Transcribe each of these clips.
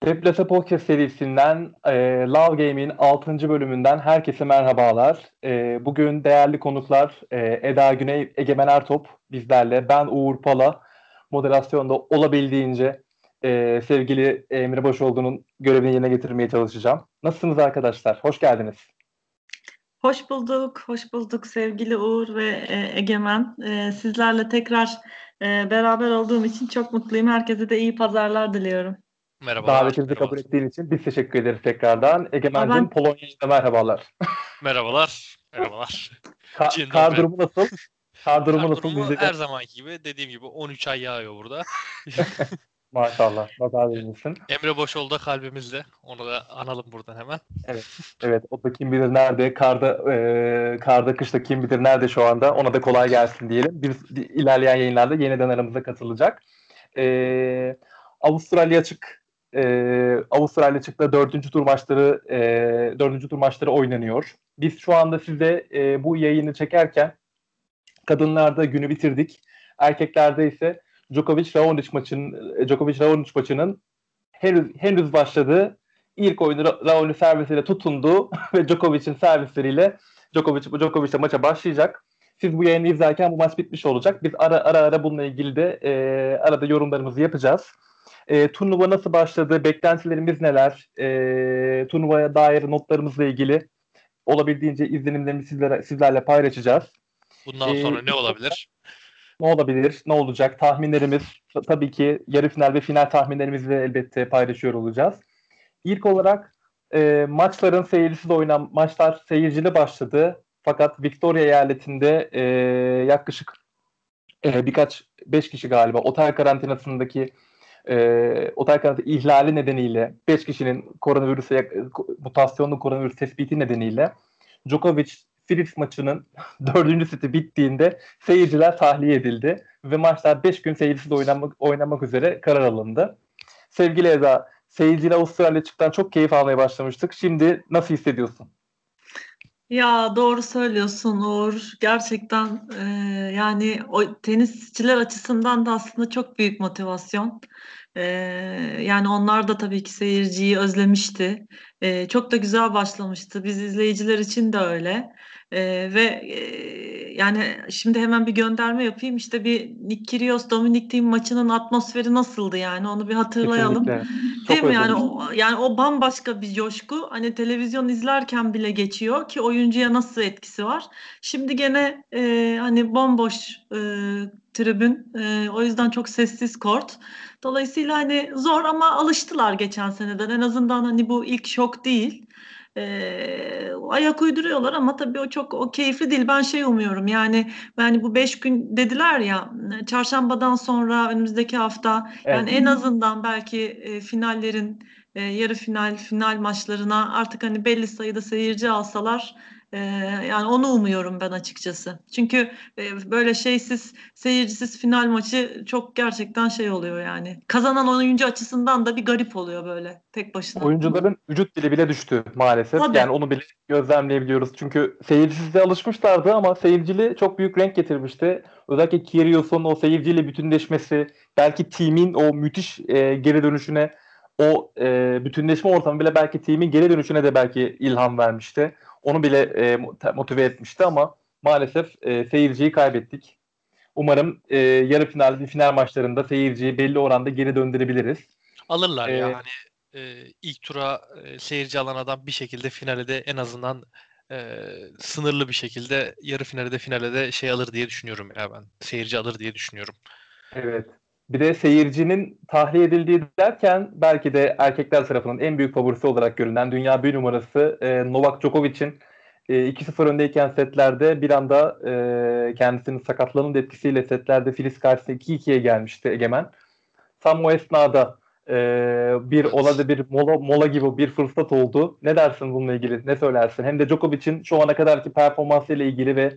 Deplase Podcast serisinden Love Game'in 6. bölümünden herkese merhabalar. Bugün değerli konuklar Eda Güney, Egemen Ertop bizlerle. Ben Uğur Pala. Moderasyonda olabildiğince sevgili Emre Başoğlu'nun görevini yerine getirmeye çalışacağım. Nasılsınız arkadaşlar? Hoş geldiniz. Hoş bulduk sevgili Uğur ve Egemen. Sizlerle tekrar beraber olduğum için çok mutluyum. Herkese de iyi pazarlar diliyorum. Merhabalar, Davetimizi kabul merhabalar. ettiğin için biz teşekkür ederiz tekrardan. Aa, Egemen'cim ben Polonya'da merhabalar. Merhabalar, merhabalar. Dzień Kar dobry. durumu nasıl? Kar durumu Kar nasıl? durumu Bizde her zamanki gibi dediğim gibi 13 ay yağıyor burada. maşallah. Nazar değmesin. Emre Boşoğlu da kalbimizde. Onu da analım buradan hemen. Evet. O da kim bilir nerede? Karda kışta kim bilir nerede şu anda? Ona da kolay gelsin diyelim. Biz ilerleyen yayınlarda yeniden aramıza katılacak. Avustralya açık Avustralya açıkta dördüncü tur maçları oynanıyor. Biz şu anda size bu yayını çekerken kadınlarda günü bitirdik. Erkeklerde ise Djokovic-Raonic maçının henüz başladığı ilk oyunu Raonic servisiyle tutundu ve Djokovic'in servisleriyle Djokovic de maça başlayacak. Siz bu yayını izlerken bu maç bitmiş olacak. Biz ara bununla ilgili de arada yorumlarımızı yapacağız. Turnuva nasıl başladı? Beklentilerimiz neler? Turnuvaya dair notlarımızla ilgili olabildiğince izlenimlerimizi sizlerle paylaşacağız. Bundan sonra ne olabilir? Ne olabilir? Ne olacak? Tahminlerimiz tabii ki yarı final ve final tahminlerimizi de elbette paylaşıyor olacağız. İlk olarak maçların seyircisiz maçlar seyircili başladı. Fakat Victoria eyaletinde yaklaşık 5 kişi galiba otel karantinasındaki otel karantina ihlali nedeniyle 5 kişinin mutasyonlu koronavirüs tespiti nedeniyle Djokovic Philips maçının 4. seti bittiğinde seyirciler tahliye edildi ve maçlar 5 gün seyircisiz oynamak üzere karar alındı. Sevgili Eda, seyirciyle Avustralya çıktıktan çok keyif almaya başlamıştık. Şimdi nasıl hissediyorsun? Ya doğru söylüyorsun Uğur. Gerçekten yani o tenisçiler açısından da aslında çok büyük motivasyon. E, Yani onlar da tabii ki seyirciyi özlemişti. Çok da güzel başlamıştı. Biz izleyiciler için de öyle. Yani şimdi hemen bir gönderme yapayım. İşte bir Nick Kyrgios Dominic Thiem maçının atmosferi nasıldı yani onu bir hatırlayalım. Kesinlikle. Değil Çok mi? Yani özlemiştim. yani o bambaşka bir coşku. Hani televizyon izlerken bile geçiyor ki oyuncuya nasıl etkisi var. Şimdi gene hani bomboş tribün. O yüzden çok sessiz kort. Dolayısıyla hani zor ama alıştılar geçen seneden. En azından hani bu ilk şok değil. Ayak uyduruyorlar ama tabii o keyifli değil. Ben şey umuyorum yani bu 5 gün dediler ya çarşambadan sonra önümüzdeki hafta Evet. yani en azından belki finallerin yarı final maçlarına artık hani belli sayıda seyirci alsalar yani onu umuyorum ben açıkçası. Çünkü böyle seyircisiz final maçı çok gerçekten şey oluyor yani. Kazanan oyuncu açısından da bir garip oluyor böyle tek başına. Oyuncuların vücut dili bile düştü maalesef. Tabii. Yani onu bile gözlemleyebiliyoruz. Çünkü seyircisize alışmışlardı ama seyircili çok büyük renk getirmişti. Özellikle Kyrgios'un o seyirciyle bütünleşmesi, belki team'in o müthiş geri dönüşüne, bütünleşme ortamı bile belki team'in geri dönüşüne de belki ilham vermişti. Onu bile motive etmişti ama maalesef seyirciyi kaybettik. Umarım yarı final ve final maçlarında seyirciyi belli oranda geri döndürebiliriz. Alırlar E, ya hani ilk tura seyirci alan adam bir şekilde finale de en azından sınırlı bir şekilde yarı finale de finale de şey alır diye düşünüyorum ya ben. Seyirci alır diye düşünüyorum. Evet. Bir de seyircinin tahliye edildiği derken belki de erkekler tarafının en büyük favorisi olarak görünen dünya bir numarası Novak Djokovic'in 2-0 öndeyken setlerde bir anda kendisinin sakatlığının da etkisiyle setlerde Filiz karşısında 2-2'ye gelmişti Egemen. Tam o esnada Evet. bir mola gibi bir fırsat oldu. Ne dersin bununla ilgili? Ne söylersin? Hem de Djokovic'in şu ana kadarki performansıyla ilgili ve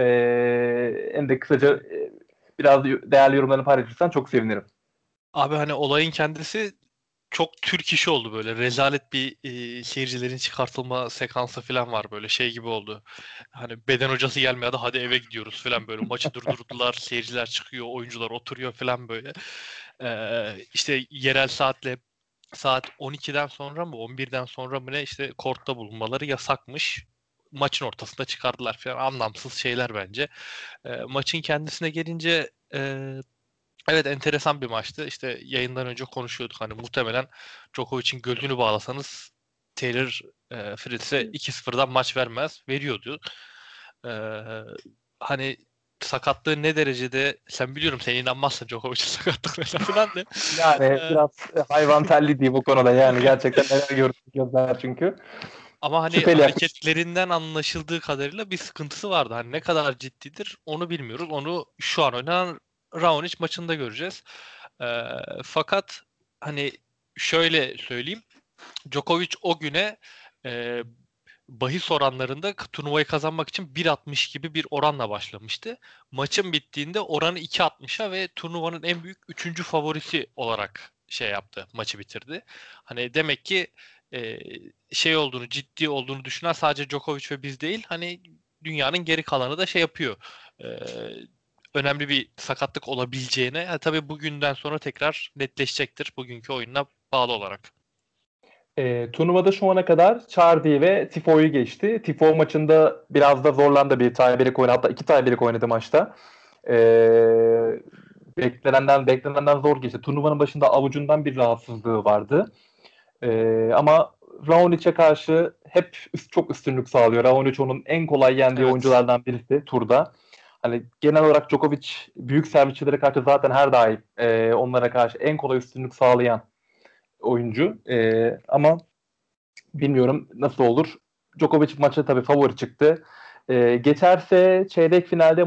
hem de kısaca biraz değerli yorumlarını paylaşırsan çok sevinirim. Abi hani olayın kendisi çok Türk işi oldu böyle. Rezalet bir seyircilerin çıkartılma sekansı falan var böyle şey gibi oldu. Hani beden hocası gelmiyor da hadi eve gidiyoruz falan böyle. Maçı durdurdular, seyirciler çıkıyor, oyuncular oturuyor falan böyle. İşte yerel saatle saat 12'den sonra mı 11'den sonra mı ne işte kortta bulunmaları yasakmış. Maçın ortasında çıkardılar falan, anlamsız şeyler bence. Maçın kendisine gelince evet, enteresan bir maçtı. İşte yayından önce konuşuyorduk, hani muhtemelen Djokovic'in gözünü bağlasanız Taylor Fritz'e 2-0'dan maç vermez, veriyordu. E, Hani sakatlığı ne derecede, sen biliyorum sen inanmazsın Djokovic'in sakatlıklarına falan da. Yani E, biraz hayvan telli diye bu konuda, yani gerçekten neler gördük gözler çünkü. Ama hani Şüpheli yaklaşık. hareketlerinden anlaşıldığı kadarıyla bir sıkıntısı vardı. Hani ne kadar ciddidir onu bilmiyoruz. Onu şu an oynanan Raonic maçında göreceğiz. Fakat hani şöyle söyleyeyim. Djokovic o güne e, bahis oranlarında turnuvayı kazanmak için 1.60 gibi bir oranla başlamıştı. Maçın bittiğinde oranı 2.60'a ve turnuvanın en büyük 3. favorisi olarak şey yaptı, maçı bitirdi. Hani demek ki e, şey olduğunu, ciddi olduğunu düşünen sadece Djokovic ve biz değil, hani dünyanın geri kalanı da şey yapıyor. E, Önemli bir sakatlık olabileceğine. Tabii bugünden sonra tekrar netleşecektir, bugünkü oyununa bağlı olarak. Turnuvada şu ana kadar Chardy ve Tifoe'yu geçti. Tifo maçında biraz da zorlandı, bir tiebreak oynadı. Hatta iki tiebreak oynadı maçta. Beklenenden zor geçti. Turnuvanın başında avucundan bir rahatsızlığı vardı. Ama Raonic'e karşı hep çok üstünlük sağlıyor. Raonic onun en kolay yendiği Evet. oyunculardan birisi turda. Hani genel olarak Djokovic büyük servisçilere karşı zaten her daim onlara karşı en kolay üstünlük sağlayan oyuncu. Ama bilmiyorum nasıl olur. Djokovic maçı tabii favori çıktı. Geçerse çeyrek finalde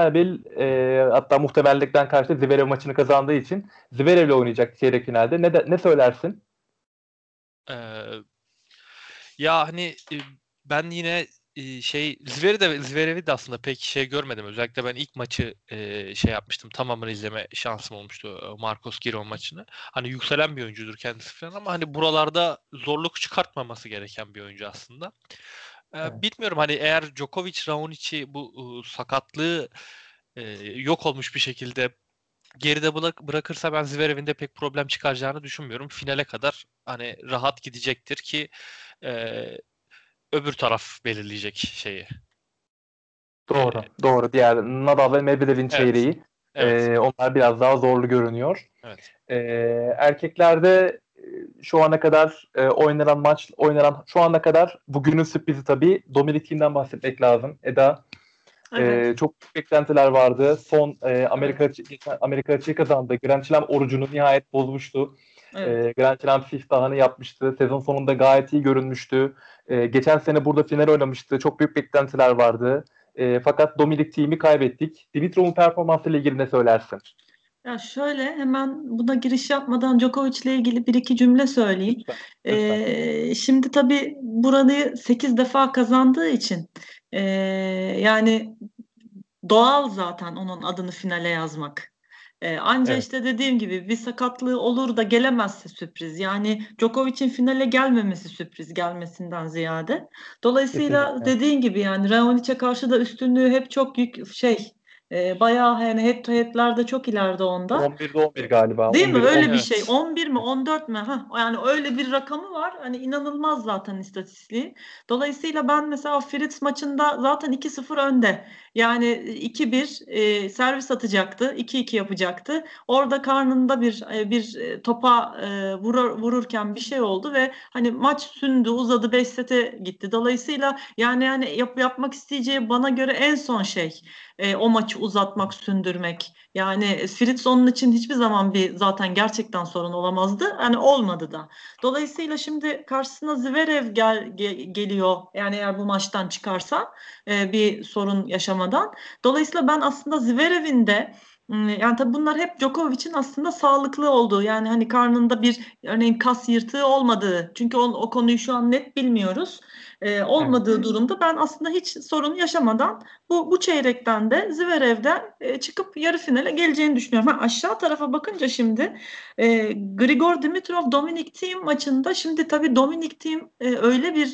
hatta muhtemellikten karşı Zverev maçını kazandığı için Zverev'le oynayacak çeyrek finalde. Ne söylersin? Ee, Ya hani ben yine Zverev'i de aslında pek şey görmedim. Özellikle ben ilk maçı şey yapmıştım. Tamamını izleme şansım olmuştu, Marcos Giron maçını. Hani yükselen bir oyuncudur kendisi falan ama hani buralarda zorluk çıkartmaması gereken bir oyuncu aslında. Evet. Bilmiyorum, hani eğer Djokovic Raonic'i bu sakatlığı yok olmuş bir şekilde geride bırakırsa ben Zverev'in de pek problem çıkaracağını düşünmüyorum. Finale kadar hani rahat gidecektir ki e, öbür taraf belirleyecek şeyi. Doğru. E, Doğru. Diğer Nadal ve Medvedev'in evet, çeyreği. evet, Onlar biraz daha zorlu görünüyor. evet. Ee, Erkeklerde şu ana kadar oynanan şu ana kadar bugünün sürprizi tabii Dominic Thiem'den bahsetmek lazım. Eda, Evet. çok büyük beklentiler vardı. Son Evet. Amerika açığı kazandı. Grand Slam orucunu nihayet bozmuştu. Evet. Grand Slam siftahını yapmıştı. Sezon sonunda gayet iyi görünmüştü. Geçen sene burada final oynamıştı. Çok büyük beklentiler vardı. Fakat Dominic Thiem'i kaybettik. Dimitrov'un performansıyla ilgili ne söylersin? Ya şöyle hemen buna giriş yapmadan Djokovic'le ilgili bir iki cümle söyleyeyim. Lütfen. Lütfen. Şimdi tabii burayı 8 defa kazandığı için ee, yani doğal zaten onun adını finale yazmak. Anca Evet. işte dediğim gibi bir sakatlığı olur da gelemezse sürpriz. Yani Djokovic'in finale gelmemesi sürpriz gelmesinden ziyade. Dolayısıyla Kesinlikle. dediğin gibi yani Raonic'e karşı da üstünlüğü hep çok bayağı yani head to head'lerde çok ileride onda. 11'de 11 galiba. Değil mi? 11'de Öyle 11. bir şey. Evet. 11 mi 14 mi? Yani öyle bir rakamı var. Hani inanılmaz zaten istatistiği. Dolayısıyla ben mesela Fritz maçında zaten 2-0 önde. Yani 2-1 servis atacaktı. 2-2 yapacaktı. Orada karnında bir topa vururken bir şey oldu ve hani maç sündü, uzadı, 5 sete gitti. Dolayısıyla yani yapmak isteyeceği bana göre en son şey o maçı uzatmak, sündürmek. Yani Fritz onun için hiçbir zaman bir zaten gerçekten sorun olamazdı. Yani olmadı da. Dolayısıyla şimdi karşısına Zverev geliyor. Yani eğer bu maçtan çıkarsa bir sorun yaşamadan. Dolayısıyla ben aslında Zverev'in de yani tabii bunlar hep Djokovic'in aslında sağlıklı olduğu yani hani karnında bir örneğin kas yırtığı olmadığı çünkü o konuyu şu an net bilmiyoruz. Evet. Olmadığı durumda ben aslında hiç sorun yaşamadan bu çeyrekten de Zverev'den çıkıp yarı finale geleceğini düşünüyorum. Aşağı tarafa bakınca şimdi Grigor Dimitrov Dominic Thiem maçında, şimdi tabii Dominic Thiem öyle bir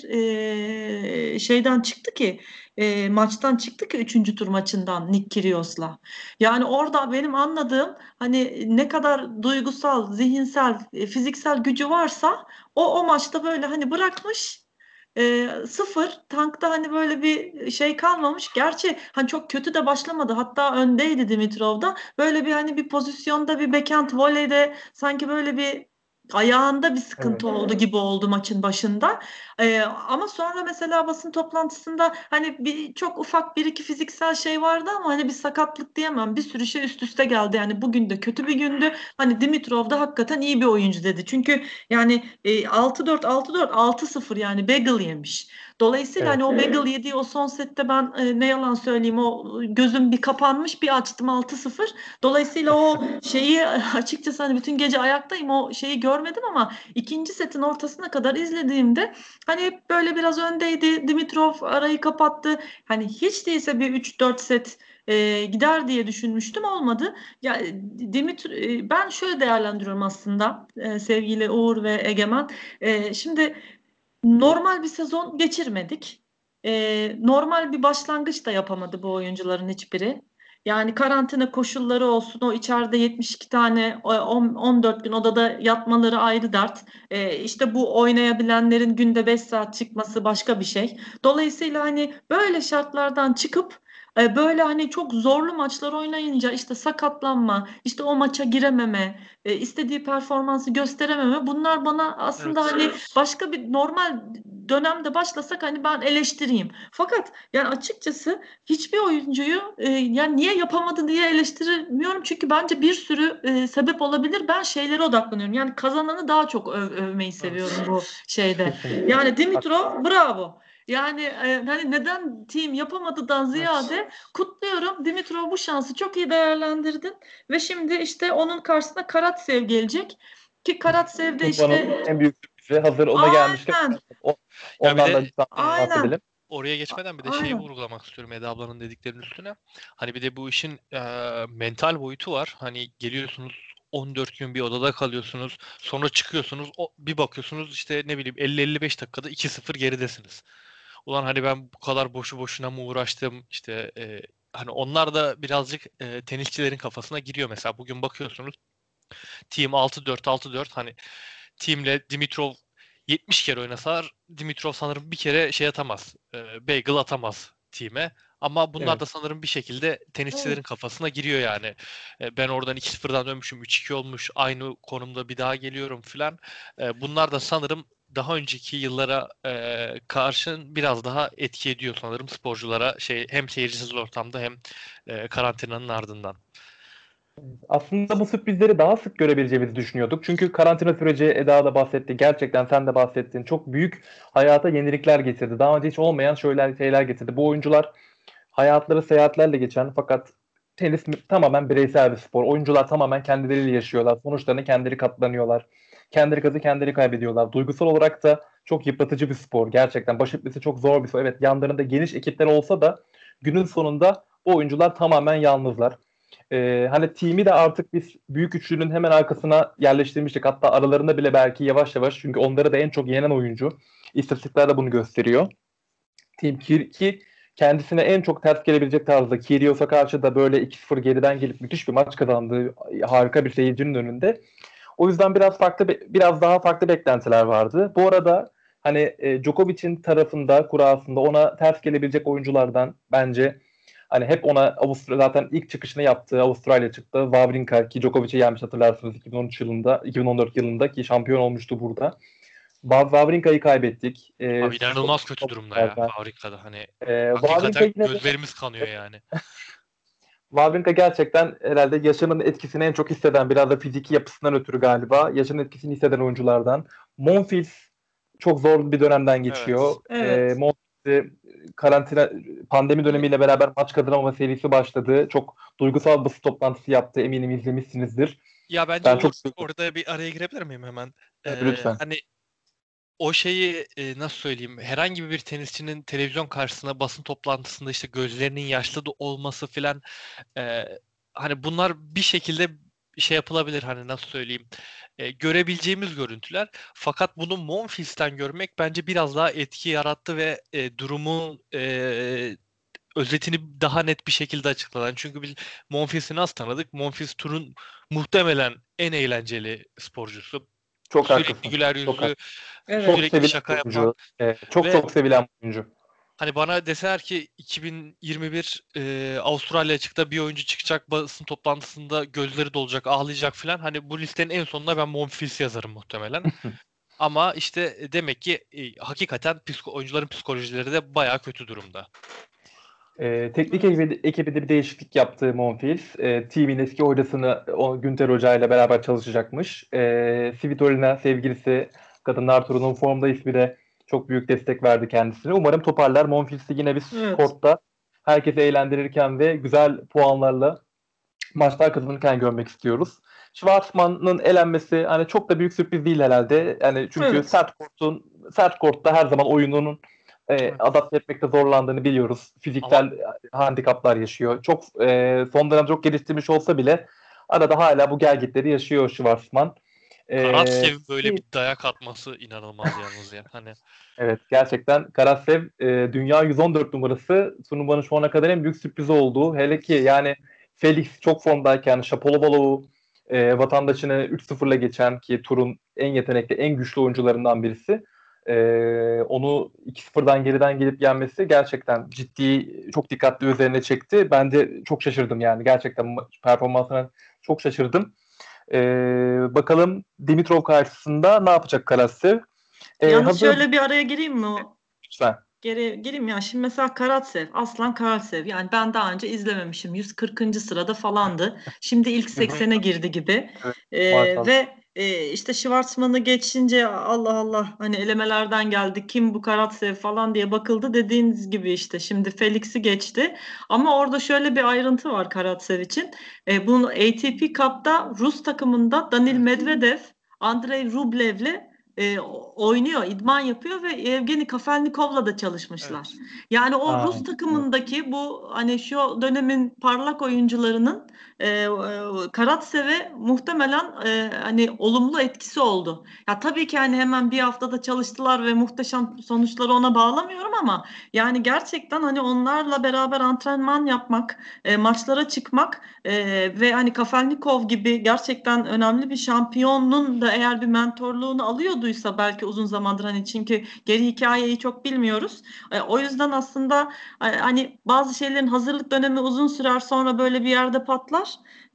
şeyden çıktı ki, maçtan çıktı ki 3. tur maçından Nick Kyrgios'la. Yani orada benim anladığım, hani ne kadar duygusal, zihinsel, fiziksel gücü varsa o maçta böyle hani bırakmış, sıfır tankta, hani böyle bir şey kalmamış. Gerçi hani çok kötü de başlamadı. Hatta öndeydi Dimitrov'da. Böyle bir hani bir pozisyonda, bir backhand voleyde sanki böyle bir ayağında bir Evet. sıkıntı oldu gibi oldu maçın başında. Ama sonra mesela basın toplantısında hani çok ufak bir iki fiziksel şey vardı ama hani bir sakatlık diyemem. Bir sürü şey üst üste geldi. Yani bugün de kötü bir gündü. Hani Dimitrov da hakikaten iyi bir oyuncu dedi. Çünkü yani 6-4, 6-4, 6-0 yani bagel yemiş. Dolayısıyla Evet. hani o bagel yediği o son sette ben ne yalan söyleyeyim, o gözüm bir kapanmış, bir açtım 6-0. Dolayısıyla o şeyi açıkçası hani bütün gece ayaktayım, o şeyi görmedim ama ikinci setin ortasına kadar izlediğimde hani hep böyle biraz öndeydi. Dimitrov arayı kapattı. Hani hiç değilse bir 3-4 set gider diye düşünmüştüm, olmadı. Ya ben şöyle değerlendiriyorum aslında, sevgili Uğur ve Egemen. Şimdi normal bir sezon geçirmedik. Normal bir başlangıç da yapamadı bu oyuncuların hiçbiri. Yani karantina koşulları olsun, o içeride 72 tane 14 gün odada yatmaları ayrı dert. İşte bu oynayabilenlerin günde 5 saat çıkması başka bir şey. Dolayısıyla hani böyle şartlardan çıkıp böyle hani çok zorlu maçlar oynayınca işte sakatlanma, işte o maça girememe, istediği performansı gösterememe, bunlar bana aslında Evet. hani başka bir normal dönemde başlasak hani ben eleştireyim. Fakat yani açıkçası hiçbir oyuncuyu yani niye yapamadı diye eleştirmiyorum. Çünkü bence bir sürü sebep olabilir. Ben şeylere odaklanıyorum. Yani kazananı daha çok övmeyi seviyorum Evet. bu şeyde. Kesinlikle. Yani Dimitrov bravo. Yani hani neden team yapamadıdan Evet. ziyade kutluyorum. Dimitrov bu şansı çok iyi değerlendirdin ve şimdi işte onun karşısına Karatsev gelecek ki Karatsev'de Turnuva'nın işte en büyük sürprizi. Hazır ona gelmişken aynen Ya bir ondan da de lütfen aynen bahsedelim. oraya geçmeden bir de şeyi aynen. vurgulamak istiyorum Eda ablanın dediklerinin üstüne. Hani bir de bu işin mental boyutu var. Hani geliyorsunuz 14 gün bir odada kalıyorsunuz. Sonra çıkıyorsunuz. Bir bakıyorsunuz işte ne bileyim 50-55 dakikada 2-0 geridesiniz. Ulan hani ben bu kadar boşu boşuna mı uğraştım? İşte hani onlar da birazcık tenisçilerin kafasına giriyor. Mesela bugün bakıyorsunuz Team 6-4 6-4, hani Team'le Dimitrov 70 kere oynasalar Dimitrov sanırım bir kere şey atamaz. Bagel atamaz Team'e. Ama bunlar Evet. da sanırım bir şekilde tenisçilerin Evet. kafasına giriyor yani. Ben oradan 2-0'dan dönmüşüm, 3-2 olmuş, aynı konumda bir daha geliyorum filan. Bunlar da sanırım daha önceki yıllara karşın biraz daha etki ediyor sanırım sporculara, hem seyircisiz ortamda hem karantinanın ardından. Aslında bu sürprizleri daha sık görebileceğimizi düşünüyorduk. Çünkü karantina süreci, Eda da bahsetti. Gerçekten sen de bahsettin. Çok büyük hayata yenilikler getirdi. Daha önce hiç olmayan şeyler getirdi. Bu oyuncular hayatları seyahatlerle geçen, fakat tenis tamamen bireysel bir spor. Oyuncular tamamen kendileriyle yaşıyorlar. Sonuçlarını kendileri katlanıyorlar. Kendileri kazı kendileri kaybediyorlar. Duygusal olarak da çok yıpratıcı bir spor. Gerçekten baş etmesi çok zor bir spor. Evet, yanlarında geniş ekipler olsa da günün sonunda bu oyuncular tamamen yalnızlar. Hani team'i de artık biz büyük üçlünün hemen arkasına yerleştirmiştik. Hatta aralarında bile belki yavaş yavaş, çünkü onları da en çok yenen oyuncu. İstatistikler de bunu gösteriyor. Ki kendisine en çok ters gelebilecek tarzda Kyrgios'a karşı da böyle 2-0 geriden gelip müthiş bir maç kazandığı harika bir seyircinin önünde. O yüzden biraz daha farklı beklentiler vardı. Bu arada hani Djokovic'in tarafında, kurasında ona ters gelebilecek oyunculardan bence hani hep ona zaten ilk çıkışını yaptığı Avustralya çıktı. Wawrinka, ki Djokovic'i yenmiş hatırlarsınız 2013 yılında, 2014 yılında, ki şampiyon olmuştu burada. Wawrinka'yı kaybettik. Abi inanılmaz kötü Çok durumda ya fazla. Fabrika'da, hani Wawrinka hakikaten yine de gözlerimiz kanıyor yani. Wawrinka gerçekten herhalde yaşının etkisini en çok hisseden, biraz da fiziki yapısından ötürü galiba yaşının etkisini hisseden oyunculardan. Monfils çok zor bir dönemden geçiyor. Evet. Evet. Monfils'i karantina, pandemi dönemiyle beraber maç kazanamama serisi başladı. Çok duygusal basın toplantısı yaptı. Eminim izlemişsinizdir. Ya bence Ben Uğur, çok orada bir araya girebilir miyim hemen? lütfen. Hani o şeyi nasıl söyleyeyim, herhangi bir tenisçinin televizyon karşısında basın toplantısında işte gözlerinin yaşlı da olması filan, e, hani bunlar bir şekilde şey yapılabilir, hani nasıl söyleyeyim, görebileceğimiz görüntüler, fakat bunu Monfils'ten görmek bence biraz daha etki yarattı ve durumun özetini daha net bir şekilde açıkladı. Yani çünkü biz Monfils'i nasıl tanıdık? Monfils turun muhtemelen en eğlenceli sporcusu. Çok Sürekli haklısın. güler Çok yüzlü, haklısın. Çok Evet. sürekli sevilen şaka bir yapan oyuncu. Çok ve çok sevilen bir oyuncu. hani bana deseler ki 2021 Avustralya açıkta bir oyuncu çıkacak, basın toplantısında gözleri dolacak, ağlayacak falan. Hani bu listenin en sonuna ben Monfils yazarım muhtemelen. Ama işte demek ki hakikaten oyuncuların psikolojileri de bayağı kötü durumda. Teknik Evet. ekibinde bir değişiklik yaptı Monfils. TV'nin eski hocasını Günter Hoca ile beraber çalışacakmış. Svitolina sevgilisi Kadınlar Turu'nun formda ismi de çok büyük destek verdi kendisine. Umarım toparlar. Monfils'i yine biz Evet. kortta herkesi eğlendirirken ve güzel puanlarla maçlar kazanırken görmek istiyoruz. Schwartzman'ın elenmesi hani çok da büyük sürpriz değil herhalde. Yani çünkü Evet. sert kortta her zaman oyununun Evet. adapte etmekte zorlandığını biliyoruz. Ama Fiziksel handikaplar yaşıyor. Çok son dönem çok geliştirmiş olsa bile arada hala bu gelgitleri yaşıyor Schwartzman. E, Karatsev böyle bir dayak atması inanılmaz yalnız ya. Hani Evet, gerçekten Karatsev dünya 114 numarası turnuvanın şu ana kadar en büyük sürprizi oldu. Hele ki yani Felix çok formdayken Shapovalov'u vatandaşını 3-0'la geçen ki turun en yetenekli, en güçlü oyuncularından birisi. Onu 2-0'dan geriden gelip yenmesi gerçekten ciddi, çok dikkatli üzerine çekti. Ben de çok şaşırdım yani. Gerçekten performansına çok şaşırdım. E, Bakalım Dimitrov karşısında ne yapacak Karatsev? Yalnız Hazır şöyle bir araya gireyim mi? lütfen. Geri gireyim ya. Şimdi mesela Karatsev, Aslan Karatsev. Yani ben daha önce izlememişim. 140. sırada falandı. Şimdi ilk Hı hı. 80'e girdi gibi. Evet, maşallah. Ve işte Schwartzman'ı geçince Allah Allah hani elemelerden geldi. Kim bu Karatsev falan diye bakıldı. Dediğiniz gibi işte şimdi Felix'i geçti. Ama orada şöyle bir ayrıntı var Karatsev için. Bunun ATP Cup'ta Rus takımında Danil Medvedev, Andrei Rublev'le oynuyor, idman yapıyor ve Evgeni Kafelnikov'la da çalışmışlar. evet. Yani o Aa, Rus evet. takımındaki bu hani şu dönemin parlak oyuncularının Karatsev'e muhtemelen hani olumlu etkisi oldu. Ya tabii ki hani hemen bir haftada çalıştılar ve muhteşem sonuçları ona bağlamıyorum ama yani gerçekten hani onlarla beraber antrenman yapmak, maçlara çıkmak ve hani Kafelnikov gibi gerçekten önemli bir şampiyonun da eğer bir mentorluğunu alıyorduysa belki uzun zamandır hani çünkü geri hikayeyi çok bilmiyoruz. O yüzden aslında hani bazı şeylerin hazırlık dönemi uzun sürer sonra böyle bir yerde patlar.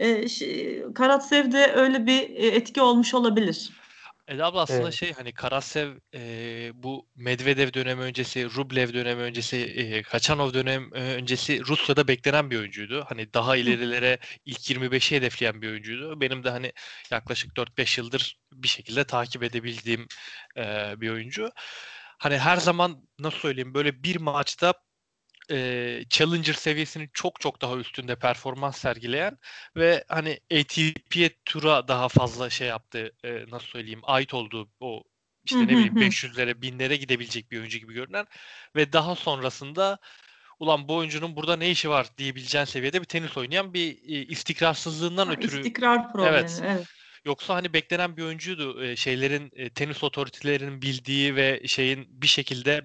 Karatsev de öyle bir etki olmuş olabilir. Eda abla aslında Evet. şey, hani Karasev bu Medvedev dönemi öncesi, Rublev dönemi öncesi, Kaçanov dönemi öncesi Rusya'da beklenen bir oyuncuydu. Hani daha Hı. ilerilere, ilk 25'i hedefleyen bir oyuncuydu. Benim de hani yaklaşık 4-5 yıldır bir şekilde takip edebildiğim bir oyuncu. Hani her zaman nasıl söyleyeyim, böyle bir maçta Challenger seviyesinin çok çok daha üstünde performans sergileyen ve hani ATP tura daha fazla şey yaptığı, nasıl söyleyeyim, ait olduğu o Hı işte ne hı bileyim hı. 500'lere 1000'lere gidebilecek bir oyuncu gibi görünen ve daha sonrasında ulan bu oyuncunun burada ne işi var diyebileceğin seviyede bir tenis oynayan bir istikrarsızlığından Ha, ötürü, istikrar problemi, evet, evet. yoksa hani beklenen bir oyuncuydu. Şeylerin, tenis otoritelerinin bildiği ve şeyin bir şekilde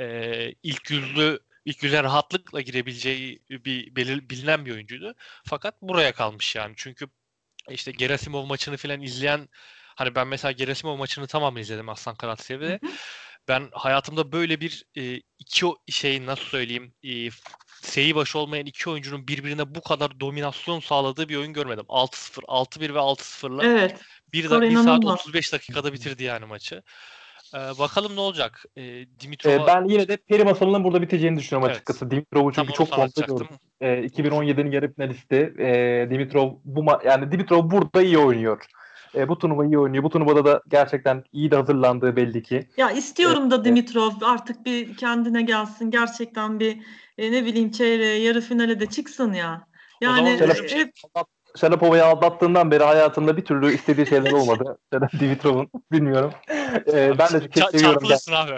ilk yüze rahatlıkla girebileceği bilinen bir oyuncuydu. Fakat buraya kalmış yani. Çünkü işte Gerasimov maçını falan izleyen, hani ben mesela Gerasimov maçını tamamını izledim Aslan Hı Karatsev'de. hı. Ben hayatımda böyle bir şeyin nasıl söyleyeyim, seyi başı olmayan iki oyuncunun birbirine bu kadar dominasyon sağladığı bir oyun görmedim. 6-0, 6-1 ve 6-0'la Evet. Skor bir saat inanılmaz. 35 dakikada bitirdi yani maçı. Bakalım ne olacak? Dimitrova, Ben yine de peri masalının burada biteceğini düşünüyorum evet, açıkçası. Dimitrov'u tam çünkü onu çok sana formda atacaktım. gördüm. Olur. 2017'nin yarı finalisti. Dimitrov yani Dimitrov burada iyi oynuyor. Bu turnuva iyi oynuyor. Bu turnuvada da gerçekten iyi de hazırlandığı belli ki. Ya E, istiyorum da e, Dimitrov artık bir kendine gelsin. Gerçekten bir ne bileyim çeyreğe, yarı finale de çıksın ya. O Yani zaman Şalap, şöyle bir şey hep yapalım. Sharapova'yı aldattığından beri hayatımda bir türlü istediği şeyler olmadı. Dimitrov'un. Bilmiyorum. Abi, Ben de çok seviyorum. çarpılırsın abi.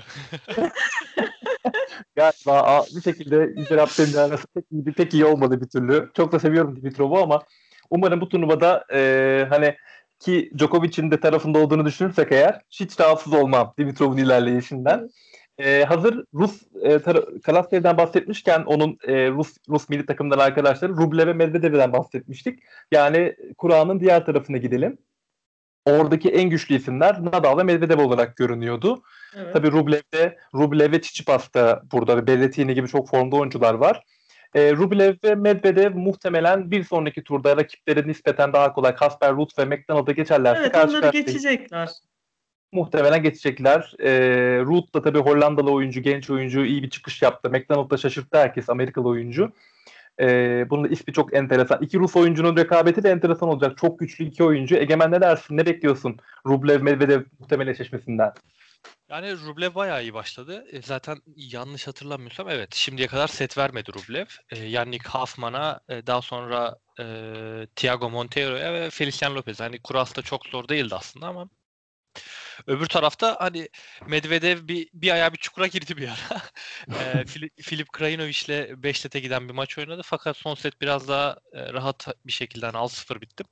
Galiba bir şekilde Yüce Rabbim vermesi pek iyi olmadı bir türlü. Çok da seviyorum Dimitrov'u ama umarım bu turnuvada hani ki Djokovic'in de tarafında olduğunu düşünürsek eğer hiç rahatsız olmam Dimitrov'un ilerleyişinden. Hazır Rus Karatsev'den bahsetmişken onun Rus milli takımdan arkadaşları Rublev ve Medvedev'den bahsetmiştik. Yani Kur'an'ın diğer tarafına gidelim. Oradaki en güçlü isimler Nadal ve Medvedev olarak görünüyordu. Evet. Tabii Rublev ve Tsitsipas da burada. Berrettini gibi çok formda oyuncular var. Rublev ve Medvedev muhtemelen bir sonraki turda rakipleri nispeten daha kolay Casper Ruud ve McDonald'a geçerlerse Evet, karşı onları karşıya geçecekler. muhtemelen geçecekler. Ruud da tabii Hollandalı oyuncu, genç oyuncu iyi bir çıkış yaptı. McDonald da şaşırttı herkes, Amerikalı oyuncu. Bunun da ismi çok enteresan. İki Rus oyuncunun rekabeti de enteresan olacak. Çok güçlü iki oyuncu. Egemen ne dersin? Ne bekliyorsun Rublev Medvedev muhtemel eşleşmesinden? Yani Rublev bayağı iyi başladı. Zaten yanlış hatırlamıyorsam evet şimdiye kadar set vermedi Rublev. Yannick Hoffmann'a daha sonra Thiago Monteiro'ya ve Feliciano Lopez. Hani Kuras'ta çok zor değildi aslında ama öbür tarafta hani Medvedev bir ayağı bir çukura girdi bir ara. Filip Krajinovic'le 5 sete giden bir maç oynadı. Fakat son set biraz daha rahat bir şekilde 6-0 bitti.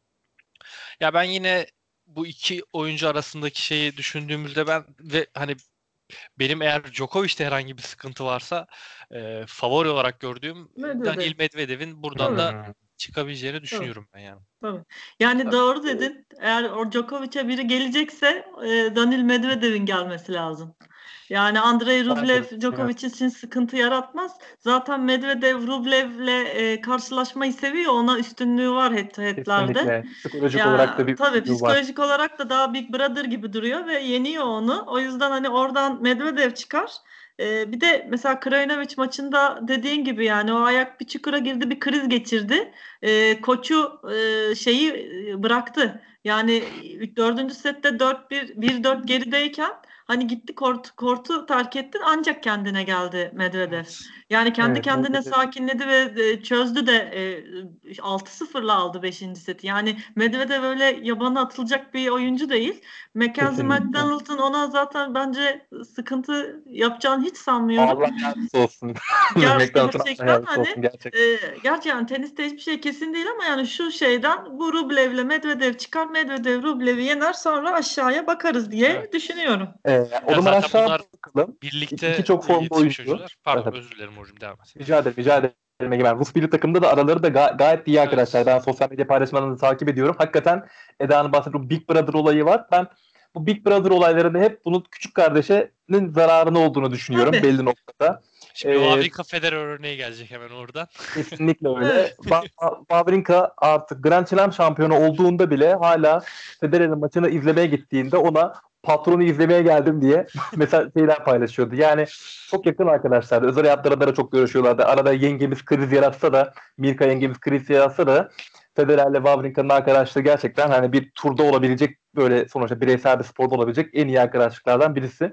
Ya ben yine bu iki oyuncu arasındaki şeyi düşündüğümüzde ve hani benim eğer Djokovic'te herhangi bir sıkıntı varsa favori olarak gördüğüm Daniil Medvedev'in buradan da çıkabileceğini düşünüyorum ben yani. Tabii. Yani doğru dedin. Eğer o Djokovic'e biri gelecekse Daniil Medvedev'in gelmesi lazım. Yani Andrei Rublev Djokovic için sıkıntı yaratmaz. Zaten Medvedev Rublev'le karşılaşmayı seviyor. Ona üstünlüğü var head-to-head'lerde. Kesinlikle. Psikolojik olarak da bir tabii psikolojik olarak da daha Big Brother gibi duruyor ve yeniyor onu. O yüzden hani oradan Medvedev çıkar. Bir de mesela Krajinovic maçında dediğin gibi yani o ayak bir çukura girdi, bir kriz geçirdi. Koçu şeyi bıraktı. Yani 4. sette 4-1, 1-4 gerideyken hani gitti kortu terk etti ancak kendine geldi Medvedev. Yani kendi kendine sakinledi ve çözdü de 6-0'la aldı 5. seti. Yani Medvedev öyle yabana atılacak bir oyuncu değil. Mackenzie McDonald'ın ona zaten bence sıkıntı yapacağını hiç sanmıyorum. Allah yardımcısı olsun. Gerçekten hani gerçekten teniste hiçbir şey kesin değil ama yani şu şeyden bu Rublev'le Medvedev çıkar, Medvedev Rublev'i yener sonra aşağıya bakarız diye düşünüyorum. O zaman aşağı bakalım. Birlikte İki çok formda oyuncu. Pardon özür dilerim hocam devam et. Rica ederim. Egemen. Rus milli takımda da araları da gayet iyi arkadaşlar. Ben sosyal medya paylaşımlarını takip ediyorum. Hakikaten Eda'nın bahsettiği Big Brother olayı var. Ben bu Big Brother olaylarında hep bunun küçük kardeşinin zararına olduğunu düşünüyorum belli noktada. Şimdi Wawrinka Federer örneği gelecek hemen oradan. Kesinlikle öyle. Wawrinka artık Grand Slam şampiyonu olduğunda bile hala Federer'in maçını izlemeye gittiğinde ona patronu izlemeye geldim diye mesela şeyler paylaşıyordu. Yani çok yakın arkadaşlar. Özel hayatlarında da çok görüşüyorlardı. Arada yengemiz kriz yaratsa da Mirka yengemiz kriz yaratsa da Federer'le Wawrinka'nın arkadaşlığı gerçekten hani bir turda olabilecek böyle sonuçta bireysel bir sporda olabilecek en iyi arkadaşlıklardan birisi.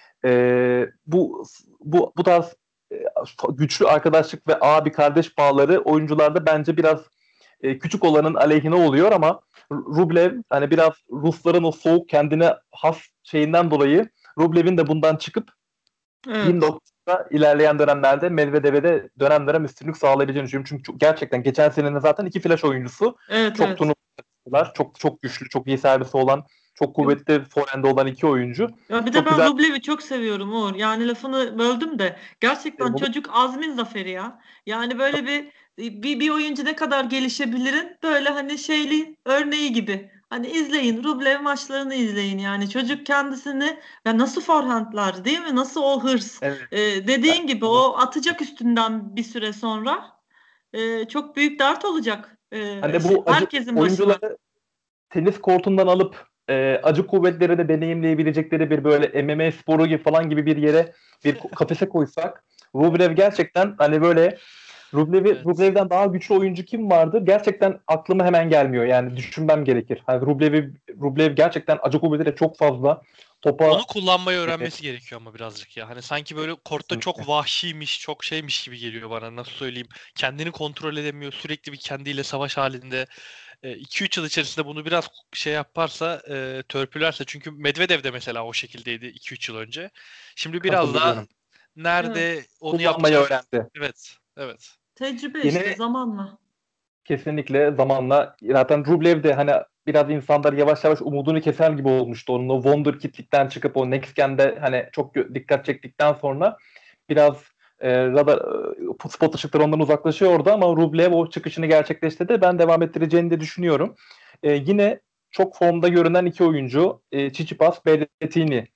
Bu tarz güçlü arkadaşlık ve abi kardeş bağları oyuncularda bence biraz küçük olanın aleyhine oluyor ama Rublev hani biraz Rusların o soğuk kendine has şeyinden dolayı Rublev'in de bundan çıkıp bir noktada ilerleyen dönemlerde Medvedev'e de dönem üstünlük sağlayabileceğini düşünüyorum. Çünkü gerçekten geçen senenin zaten iki flash oyuncusu. Çok turnuvalar, çok güçlü, çok iyi servisi olan, çok kuvvetli forehande olan iki oyuncu. Ya bir de ben Rublev'i çok seviyorum Uğur. Yani lafını böldüm de gerçekten çocuk azmin zaferi ya. Yani böyle bir oyuncu ne kadar gelişebilirin böyle hani şeyli örneği gibi. Hani izleyin Rublev maçlarını izleyin yani çocuk kendisini ya nasıl forehandlar değil mi? Nasıl o hırs. Dediğin gibi o atacak üstünden bir süre sonra çok büyük dert olacak. Hani bu herkesin oyuncuları başına. tenis kortundan alıp acı kuvvetleri de deneyimleyebilecekleri bir böyle MMA sporu gibi falan gibi bir yere bir kafese koysak Rublev gerçekten hani böyle Rublev'den daha güçlü oyuncu kim vardı? Gerçekten aklıma hemen gelmiyor. Yani düşünmem gerekir. Hani Rublev gerçekten acı kuvvetleri çok fazla. Onu kullanmayı öğrenmesi gerekiyor ama birazcık ya. Hani sanki böyle kortta çok vahşiymiş, çok şeymiş gibi geliyor bana. Nasıl söyleyeyim? Kendini kontrol edemiyor. Sürekli bir kendiyle savaş halinde. 2-3 yıl içerisinde bunu biraz şey yaparsa, törpülerse, çünkü Medvedev de mesela o şekildeydi 2-3 yıl önce. Şimdi biraz daha Katılıyorum. Evet. nerede onu Kullanmayı yapacak. öğrendi. Evet, evet. Tecrübe işte Yine zamanla. kesinlikle zamanla zaten Rublev de hani biraz insanlar yavaş yavaş umudunu keser gibi olmuştu. Onun o Wonderkid'likten çıkıp o Next Gen'de hani çok dikkat çektikten sonra biraz radar spot ışıkları ondan uzaklaşıyor orada ama Rublev o çıkışını gerçekleştirdi. Ben devam ettireceğini de düşünüyorum. Yine çok formda görünen iki oyuncu Tsitsipas, Berrettini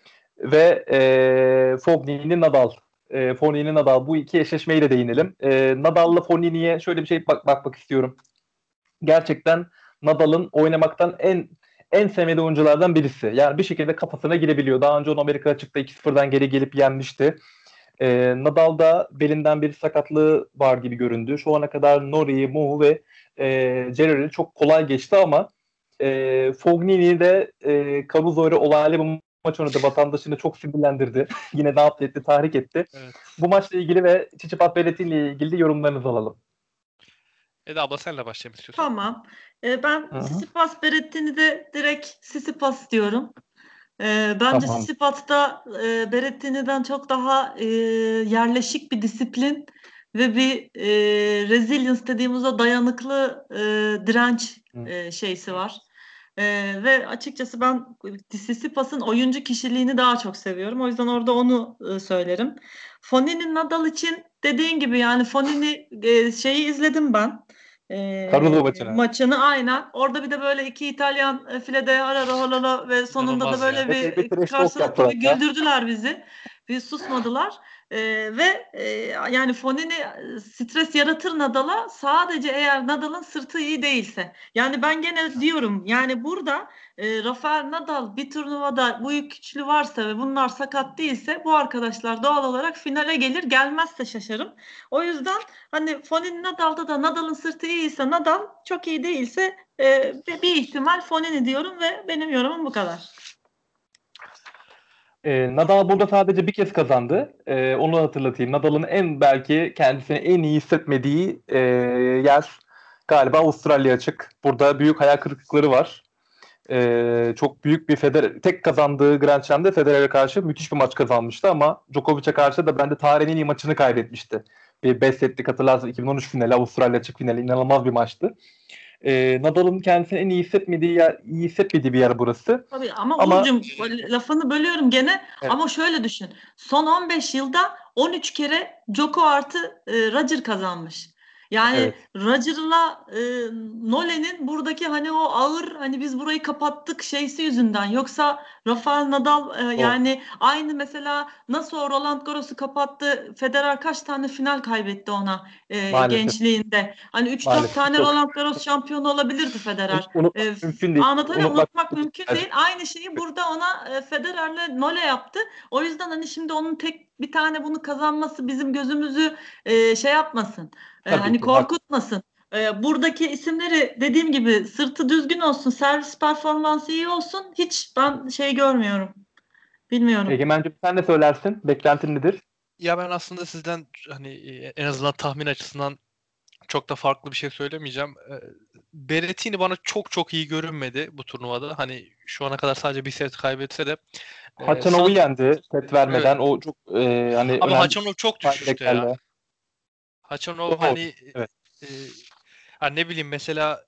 ve Fognini, Nadal. Fognini, Nadal, bu iki eşleşmeyi de değinelim. Nadal'la Fognini'ye şöyle bir şey bakmak istiyorum. Gerçekten Nadal'ın oynamaktan en sevmediği oyunculardan birisi. Yani bir şekilde kafasına girebiliyor. Daha önce onu Amerika açıkta 2-0'dan geri gelip yenmişti. Nadal'da belinden bir sakatlığı var gibi göründü. Şu ana kadar Norrie, Muhu ve Cerrer'i çok kolay geçti ama Fognini de Caruso ile olaylı bir maç oynadı. Vatandaşını çok sinirlendirdi. Yine de etti, tahrik etti. Evet. Bu maçla ilgili ve Tsitsipas Berrettini ile ilgili de yorumlarınızı alalım. Eda abla senle başlayalım istiyorsan. Tamam. Ben Hı-hı. Tsitsipas Berrettini de direkt Tsitsipas diyorum. Bence Tamam. Tsitsipas'ta Berrettini'den çok daha yerleşik bir disiplin ve bir resilience dediğimiz o dayanıklı direnç şeysi var. Ve açıkçası ben Tsitsipas'ın oyuncu kişiliğini daha çok seviyorum. O yüzden orada onu söylerim. Fognini Nadal için dediğin gibi yani Fognini şeyi izledim ben. Caruso maçını. Maçını aynen. Orada bir de böyle iki İtalyan filede harara holala ve sonunda da İnanılmaz böyle ya. Epey bir bir trash talk karşılıklı yaptılar bir ya. güldürdüler bizi. Bir susmadılar. Ve yani Fognini stres yaratır Nadal'a sadece eğer Nadal'ın sırtı iyi değilse. Yani ben gene diyorum yani burada Rafael Nadal bir turnuvada bu iki güçlü varsa ve bunlar sakat değilse bu arkadaşlar doğal olarak finale gelir, gelmezse şaşarım. O yüzden hani Fognini Nadal'da da Nadal'ın sırtı iyiyse Nadal, çok iyi değilse bir ihtimal Fognini diyorum ve benim yorumum bu kadar. Nadal burada sadece bir kez kazandı. Onu hatırlatayım. Nadal'ın belki kendisini en iyi hissetmediği yer galiba Avustralya açık. Burada büyük hayal kırıklıkları var. Çok büyük bir tek kazandığı Grand Slam'de Federer'e karşı müthiş bir maç kazanmıştı ama Djokovic'e karşı da bence tarihin en iyi maçını kaybetmişti. Bir 5 setlik hatırlarsın 2013 finali, Avustralya açık finali inanılmaz bir maçtı. Nadal'ın kendisini en iyi hissetmediği bir yer burası. Tabii ama Ama Uğur'cum lafını bölüyorum gene evet. Ama şöyle düşün. Son 15 yılda 13 kere Djoko artı Roger kazanmış. Yani Evet. Roger'la Nole'nin buradaki hani o ağır hani biz burayı kapattık şeysi yüzünden. Yoksa Rafael Nadal yani aynı mesela nasıl o Roland Garros'u kapattı. Federer kaç tane final kaybetti ona gençliğinde. Hani 3-4 tane Çok. Roland Garros şampiyonu olabilirdi Federer. Unutmak mümkün değil. Unutmak mümkün değil. Aynı şeyi burada ona Federer'le Nole yaptı. O yüzden hani şimdi onun tek bir tane bunu kazanması bizim gözümüzü şey yapmasın. Hani ki, korkutmasın. Buradaki isimleri dediğim gibi sırtı düzgün olsun, servis performansı iyi olsun. Hiç ben şey görmüyorum. Bilmiyorum. Egemen'cim sen ne söylersin? Beklentin nedir? Ya ben aslında sizden hani en azından tahmin açısından çok da farklı bir şey söylemeyeceğim. Berrettini bana çok çok iyi görünmedi bu turnuvada. Hani şu ana kadar sadece bir set kaybetse de Haçanov'u yendi set vermeden. Evet. O çok hani Ama önemli Haçanov çok düşüşte ya. direklerle. Haçanov Doğru. hani Evet. hani ne bileyim mesela